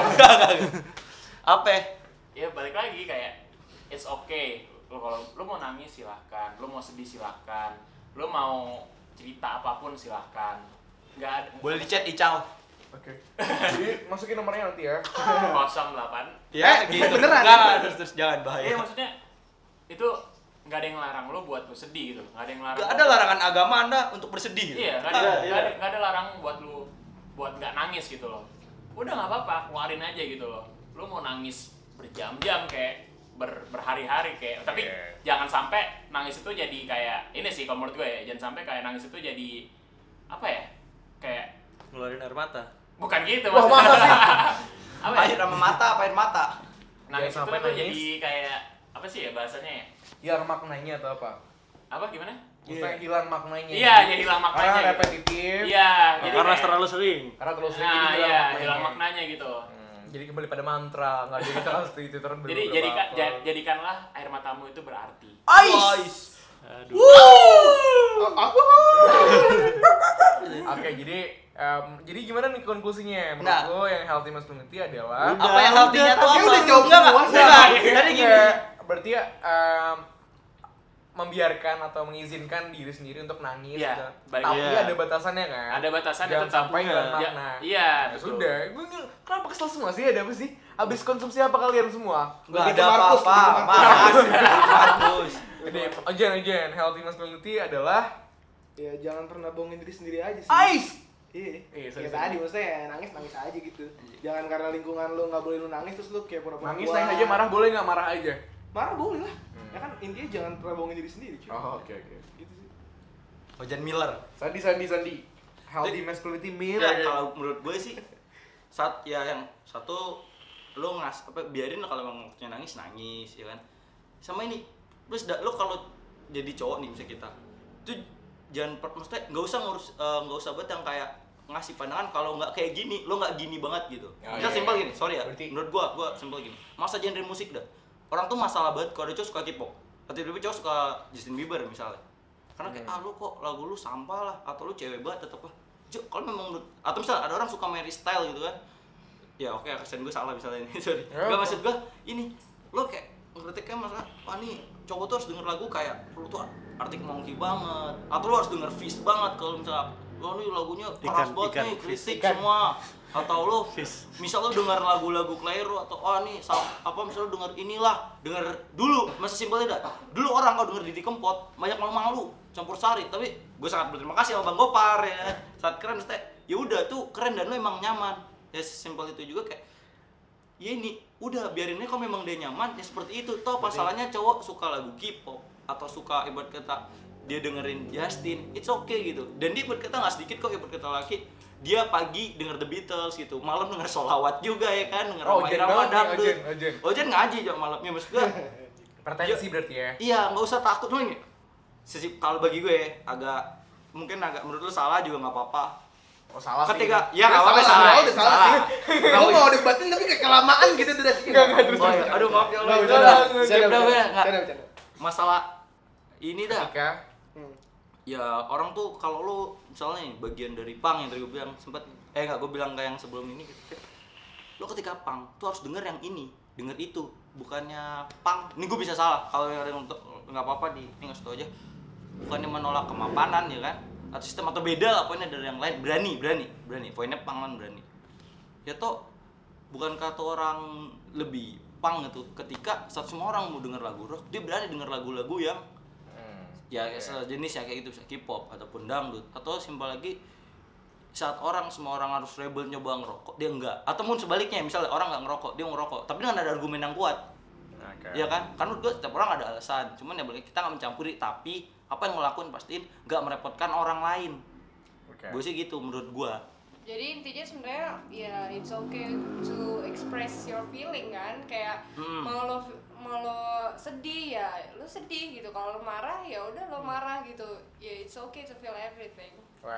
G: Apa?
B: Ya balik lagi kayak it's okay. Lo kalau lo mau nangis silahkan, lo mau sedih silahkan, lo mau cerita apapun silahkan. Nggak ada.
G: Boleh dicat Ical.
E: Oke. Jadi masukin nomornya nanti ya.
B: Kosong delapan.
G: Ya,
C: Eh,
G: gitu.
C: beneran?
G: Enggak, terus terus jangan
B: Iya
G: bahaya.
B: maksudnya itu nggak ada yang larang lo buat lo sedih gitu. Nggak ada yang larang.
G: Enggak
B: lo-
G: ada larangan agama Anda untuk bersedih.
B: Iya, nggak ada,
F: Iya,
B: nggak
F: iya.
B: ada, nggak ada larang buat lu buat nggak nangis gitu loh. Udah nggak apa-apa, keluarin aja gitu loh. Lu mau nangis berjam-jam kayak ber, berhari-hari kayak, tapi
E: Iya.
B: jangan sampai nangis itu jadi kayak ini sih kalau menurut gue ya, jangan sampai kayak nangis itu jadi apa ya? Kayak
F: Ngeluarin air mata.
B: bukan gitu
E: Wah,
B: maksudnya.
E: masa sih?
B: Apa ya?
G: Air sama mata, apa air mata?
B: Nangis
E: Jangan
B: itu
E: sampai
B: tuh
E: nangis.
B: jadi kayak apa sih ya bahasanya ya?
E: Hilang maknanya atau apa?
B: Apa gimana?
E: Maksudnya hilang maknanya.
B: Iya, ya hilang maknanya.
E: Karena
B: gitu.
E: repetitif.
B: Iya, jadi
F: Karena
B: kayak-
F: terlalu sering.
E: Karena terus sering
B: Nah,
E: jadi hilang
B: iya,
E: maknanya.
B: hilang maknanya gitu.
E: Hmm, jadi kembali pada mantra, nggak jadi kita harus di Twitter
B: Jadi jadikan ja- jadikanlah air matamu itu berarti.
E: Ais.
F: Aduh.
C: Aku
E: Oke, jadi em, jadi gimana nih konklusinya? Menurut
G: Nah.
E: lo yang healthy masculinity adalah
F: Udah,
G: Apa yang healthy-nya tuh
C: tapi
G: apa?
C: udah jawab
G: Enggak,
C: semua,
G: enggak,
C: Shay.
G: enggak. Jadi gini.
E: Enggak, berarti ya em, membiarkan atau mengizinkan diri sendiri untuk nangis
B: Iya,
E: gitu.
B: balik-
E: Tapi
F: Iya.
E: ada batasannya kan?
B: Ada batasannya
E: Jangan
B: tetap.
E: sampai hilang
B: Ya,
E: makna.
B: iya,
E: Ya
B: betul.
E: sudah, gue nge- kenapa kesel semua sih? Ada apa sih? Habis konsumsi apa kalian semua?
G: Enggak
C: Begitu
G: ada
C: Markus,
G: apa-apa.
C: begitu
G: Markus, Markus.
E: Jadi, again, again, healthy masculinity adalah
C: ya jangan pernah bohongin diri sendiri aja sih.
E: Ais!
C: Iya,
E: Iya,
C: ya
E: sorry,
C: tadi maksudnya ya nangis nangis aja gitu. Jangan karena lingkungan lu nggak boleh lu nangis terus lu kayak pura-pura
E: Nangis,
C: kuat.
E: nangis aja, marah boleh nggak? Marah aja.
C: Marah boleh lah. Ya kan intinya jangan pernah bohongin diri sendiri, cuy.
E: Oh, oke, oke.
C: Gitu sih.
G: Ojan Miller.
E: Sandi Sandi Sandi. Healthy masculinity mirror.
G: Ya kalau menurut gue sih saat ya yang satu lo ngas apa biarin kalau emang waktunya nangis nangis ya kan. Sama ini terus da, lo kalau jadi cowok nih misalnya kita itu jangan maksudnya nggak usah ngurus nggak uh, usah banget yang kayak ngasih pandangan kalau nggak kayak gini lo nggak gini banget gitu.
E: Oh,
G: Misal
E: iya,
G: simpel
E: iya.
G: gini, sorry ya.
E: Berarti...
G: Menurut gua gua simpel gini. Masa genre musik dah. Orang tuh masalah banget kalau ada cowok suka K-pop. Atau tiba-tiba cowok suka Justin Bieber misalnya. Karena kayak
E: Hmm.
G: ah lu kok lagu lu sampah lah atau lu cewek banget tetep lah. Jo, kalau memang menurut atau misalnya ada orang suka Mary Style gitu kan. Ya oke, okay, aksen gue salah misalnya ini. Sorry.
E: Ya,
G: Enggak maksud gua ini lo kayak ngerti kayak masalah wah nih cowok tuh harus denger lagu kayak lu tuh Arctic Monkey banget atau lu harus denger Fish banget kalau misalnya lo nih lagunya keras
F: Ikan,
G: banget
F: ikan,
G: nih
F: Fish.
G: kritik
E: Ikan.
G: semua atau lo
F: Fish.
G: misal lo denger lagu-lagu Clairo atau oh nih sam, apa misal lo denger inilah denger dulu masa simpelnya dah dulu orang kalau denger Didi Kempot banyak malu-malu campur sari tapi gue sangat berterima kasih sama Bang Gopar ya saat keren maksudnya ya udah tuh keren dan lo emang nyaman ya simpel itu juga kayak ya ini udah biarinnya kalau memang dia nyaman ya seperti itu toh masalahnya cowok suka lagu K-pop atau suka ibarat kata dia dengerin Justin it's okay gitu dan dia ibarat kata nggak sedikit kok ibarat kata laki dia pagi denger The Beatles gitu malam denger solawat juga ya kan denger
E: Oh,
G: Rhoma
E: Ojen
G: Irama
E: banget nih,
G: dangdut
E: Ojen, Ojen.
G: Ojen ngaji jam malamnya maksud gue
E: Pretensi berarti ya.
G: iya nggak usah takut cuma ini sisi kalau bagi gue agak mungkin agak menurut lu salah juga nggak apa-apa.
E: Oh salah
G: Ketika
E: sih.
G: ya nggak apa-apa salah,
C: udah salah sih. Gue mau debatin tapi kayak kelamaan gitu udah sih.
E: Enggak enggak terus.
G: Oh, iya. Aduh maaf ya Allah.
C: Nggak,
G: Udah,
C: bercanda.
G: udah.
C: Bercanda,
G: Siap dah
C: bercanda.
G: gue nggak.
C: Bercanda, bercanda.
G: Masalah ini dah.
E: Ketika
C: Hmm.
G: Ya orang tuh kalau lu misalnya nih bagian dari punk yang tadi gue bilang sempat eh nggak gue bilang kayak yang sebelum ini gitu. Lo ketika punk tuh harus denger yang ini, denger itu, bukannya punk. Ini gue bisa salah kalau yang ada yang untuk nggak apa-apa di ini nggak tahu aja. Bukannya menolak kemapanan ya kan? Atau sistem atau beda lah poinnya dari yang lain. Berani, berani, berani. Poinnya punk kan berani. Ya toh bukan kata orang lebih punk gitu. Ketika saat semua orang mau denger lagu rock, dia berani denger lagu-lagu yang ya sejenis ya kayak gitu K-pop ataupun dangdut atau simpel lagi saat orang semua orang harus rebel nyoba ngerokok dia enggak atau mungkin sebaliknya misalnya orang nggak ngerokok dia ngerokok tapi dengan ada argumen yang kuat
E: okay.
G: ya kan kan menurut gue setiap orang ada alasan cuman ya boleh kita nggak mencampuri tapi apa yang ngelakuin pastiin nggak merepotkan orang lain
E: Okay.
G: gue sih gitu menurut gue.
H: Jadi intinya sebenarnya ya it's okay to express your feeling kan kayak
G: Hmm.
H: mau lo mau lo sedih ya lo sedih gitu kalau lo marah ya udah lo marah gitu ya it's okay to feel everything.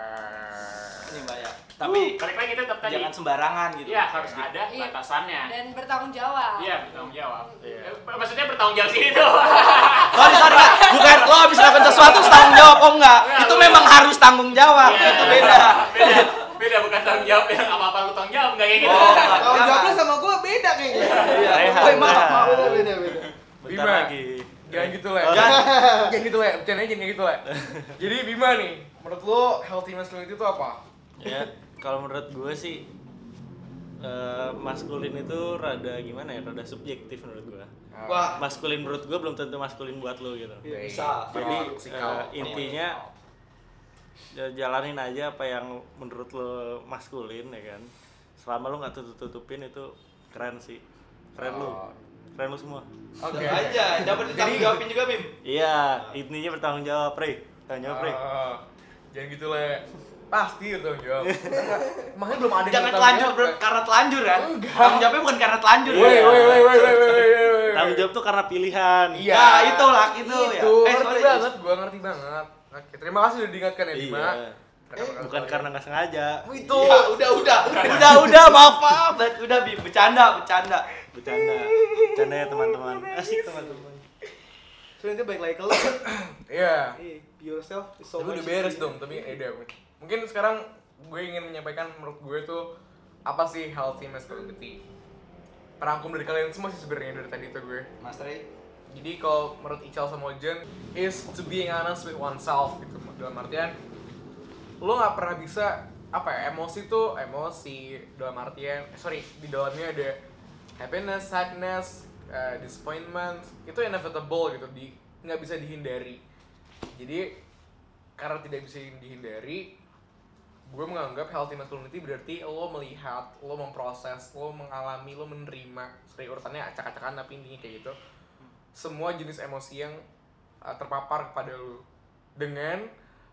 E: Wah.
G: Ini mbak ya tapi
B: balik lagi kita tetap tadi.
G: jangan sembarangan gitu.
B: Iya, harus ada
H: Iya.
B: batasannya.
H: Dan bertanggung jawab.
B: Iya, bertanggung jawab.
F: Iya.
B: Eh, Maksudnya bertanggung jawab sini tuh.
G: Sorry, sorry, Kak. Bukan lo habis melakukan sesuatu harus tanggung jawab, oh enggak.
B: Enggak,
G: Itu
B: lo-
G: memang harus tanggung jawab,
B: Iya.
G: itu beda.
B: Beda. Beda bukan tanggung jawab yang apa-apa lu tanggung jawab enggak kayak gitu.
G: Oh, enggak.
C: Kalau jawabnya sama gue beda kayaknya.
G: Iya.
F: Rehat,
G: Woi, maaf,
F: rehat.
G: maaf.
C: Beda, beda, beda.
F: Bentar
E: Bima.
F: lagi.
E: Jangan gitu lah.
G: Jangan.
E: Jangan gitu lah. Bercandanya jangan gitu lah. Jadi Bima nih, menurut lo healthy masculinity itu apa?
F: Ya, kalau menurut gue sih eh, maskulin itu rada gimana ya, rada subjektif menurut gue.
C: Wah,
F: Maskulin menurut gue belum tentu maskulin buat lo gitu.
C: iya, bisa.
F: Jadi
E: Sikal.
F: eh, intinya ja- jalanin aja apa yang menurut lo maskulin ya kan. Selama lo nggak tutup-tutupin itu keren sih. Keren lo.
E: Oh.
F: Keren lo semua.
E: Oke.
G: aja, dapat ditanggung jawabin juga, Bim.
F: Iya, intinya bertanggung jawab, Pre. Tanggung jawab, Pre.
E: Ah, jangan gitu lah. Pasti bertanggung jawab. Makanya belum ada yang
G: Jangan
E: bertanggung
G: telanjur
E: jawab,
G: bro,
E: kan?
G: karena telanjur kan?
E: Enggak.
G: Tanggung jawabnya bukan karena telanjur.
E: Woi,
G: ya.
E: woi, woi, woi, woi, woi, woi.
F: Tanggung jawab tuh karena pilihan.
E: Iya.
G: Ya, itulah itu ya.
E: Itu,
G: Eh,
E: ngerti
G: sorry.
E: banget, gua ngerti banget. Oke, terima kasih udah diingatkan ya, Bima.
F: Iya. Eh, bukan karena nggak sengaja.
E: itu.
C: Ya, udah, udah.
G: Udah, udah, maaf, maaf. Udah, Bim, bercanda, bercanda.
F: Bercanda. Bercanda ya teman-teman. Asik teman-teman.
C: So nanti balik lagi ke lo.
E: Iya.
C: Eh, be yourself is so
E: Tapi
C: much
E: udah beres
C: easier.
E: dong, tapi ya udah. Mungkin sekarang gue ingin menyampaikan menurut gue tuh apa sih healthy masculinity. Perangkum dari kalian semua sih sebenarnya dari tadi tuh gue.
G: Mas Rey.
E: Jadi kalau menurut Ical sama Ojen is to being honest with oneself gitu. Dalam artian lo nggak pernah bisa apa ya, emosi tuh emosi dalam artian eh, sorry di dalamnya ada happiness, sadness, uh, disappointment, itu inevitable gitu, di nggak bisa dihindari. Jadi karena tidak bisa dihindari, gue menganggap healthy masculinity berarti lo melihat, lo memproses, lo mengalami, lo menerima. Sorry urutannya acak-acakan tapi intinya kayak gitu. Semua jenis emosi yang uh, terpapar kepada lo dengan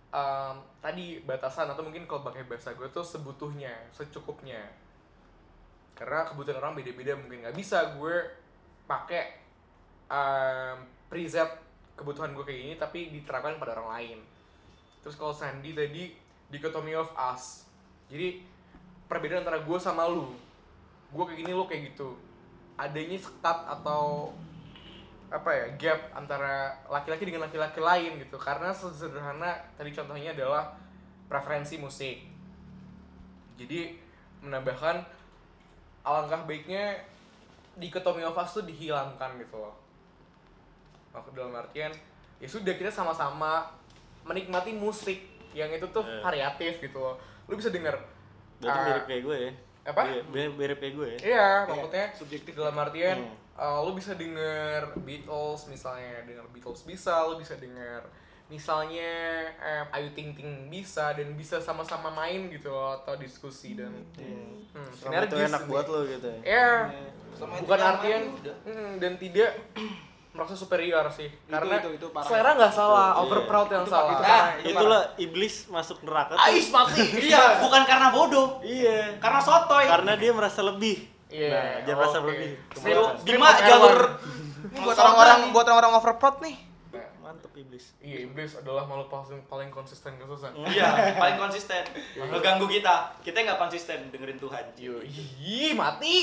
E: um, tadi batasan atau mungkin kalau pakai bahasa gue tuh sebutuhnya, secukupnya. Karena kebutuhan orang beda-beda, mungkin nggak bisa gue pakai um, preset kebutuhan gue kayak gini tapi diterapkan pada orang lain. Terus kalau Sandi tadi dichotomy of us, jadi perbedaan antara gue sama lu, gue kayak gini, lu kayak gitu, adanya sekat atau apa ya, gap antara laki-laki dengan laki-laki lain gitu. Karena sederhana tadi contohnya adalah preferensi musik. Jadi menambahkan alangkah baiknya dichotomy of us tuh dihilangkan gitu loh. Maksud dalam artian ya sudah, kita sama-sama menikmati musik yang itu tuh
F: Yeah.
E: variatif gitu loh. Lu bisa denger
F: Berarti
E: uh,
F: mirip kayak gue ya.
E: apa?
F: Iya, mirip, mirip kayak gue ya.
E: Iya, maksudnya
C: subjektif
E: dalam artian
F: Hmm.
E: uh, lu bisa denger Beatles misalnya, denger Beatles bisa, lu bisa denger misalnya um, Ayu Ting Ting bisa, dan bisa sama-sama main gitu loh, atau diskusi dan
F: Hmm.
E: hmm,
F: Selama itu enak
E: gitu.
F: buat lo gitu ya.
E: Iya,
C: Sama itu
E: bukan
C: nyaman,
E: artian
C: udah.
E: hmm, dan tidak merasa superior sih, karena
C: itu, itu parah.
E: selera nggak salah,
F: Itu,
E: over proud yang
C: Itu
E: salah.
C: itu
G: Nah,
C: parah.
F: Itulah iblis masuk neraka tuh.
E: Ais mati.
G: Iya, bukan karena bodoh,
F: Iya.
G: karena sotoy.
F: Karena dia merasa lebih.
E: Iya,
F: Nah, jangan merasa
E: oke.
F: lebih.
E: Stream-
F: Kemarin.
E: stream
G: Bima
E: of
G: jalur
E: Erwan.
C: buat orang-orang buat orang-orang overproud nih.
E: Nah,
F: Mantep iblis.
E: iya, iblis adalah makhluk paling paling konsisten kesusahan.
G: Iya, paling konsisten. Ngeganggu kita. Kita nggak konsisten dengerin Tuhan.
E: Yo, ih, mati.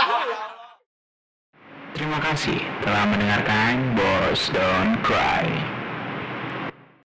A: Terima kasih telah mendengarkan Boys Don't Cry.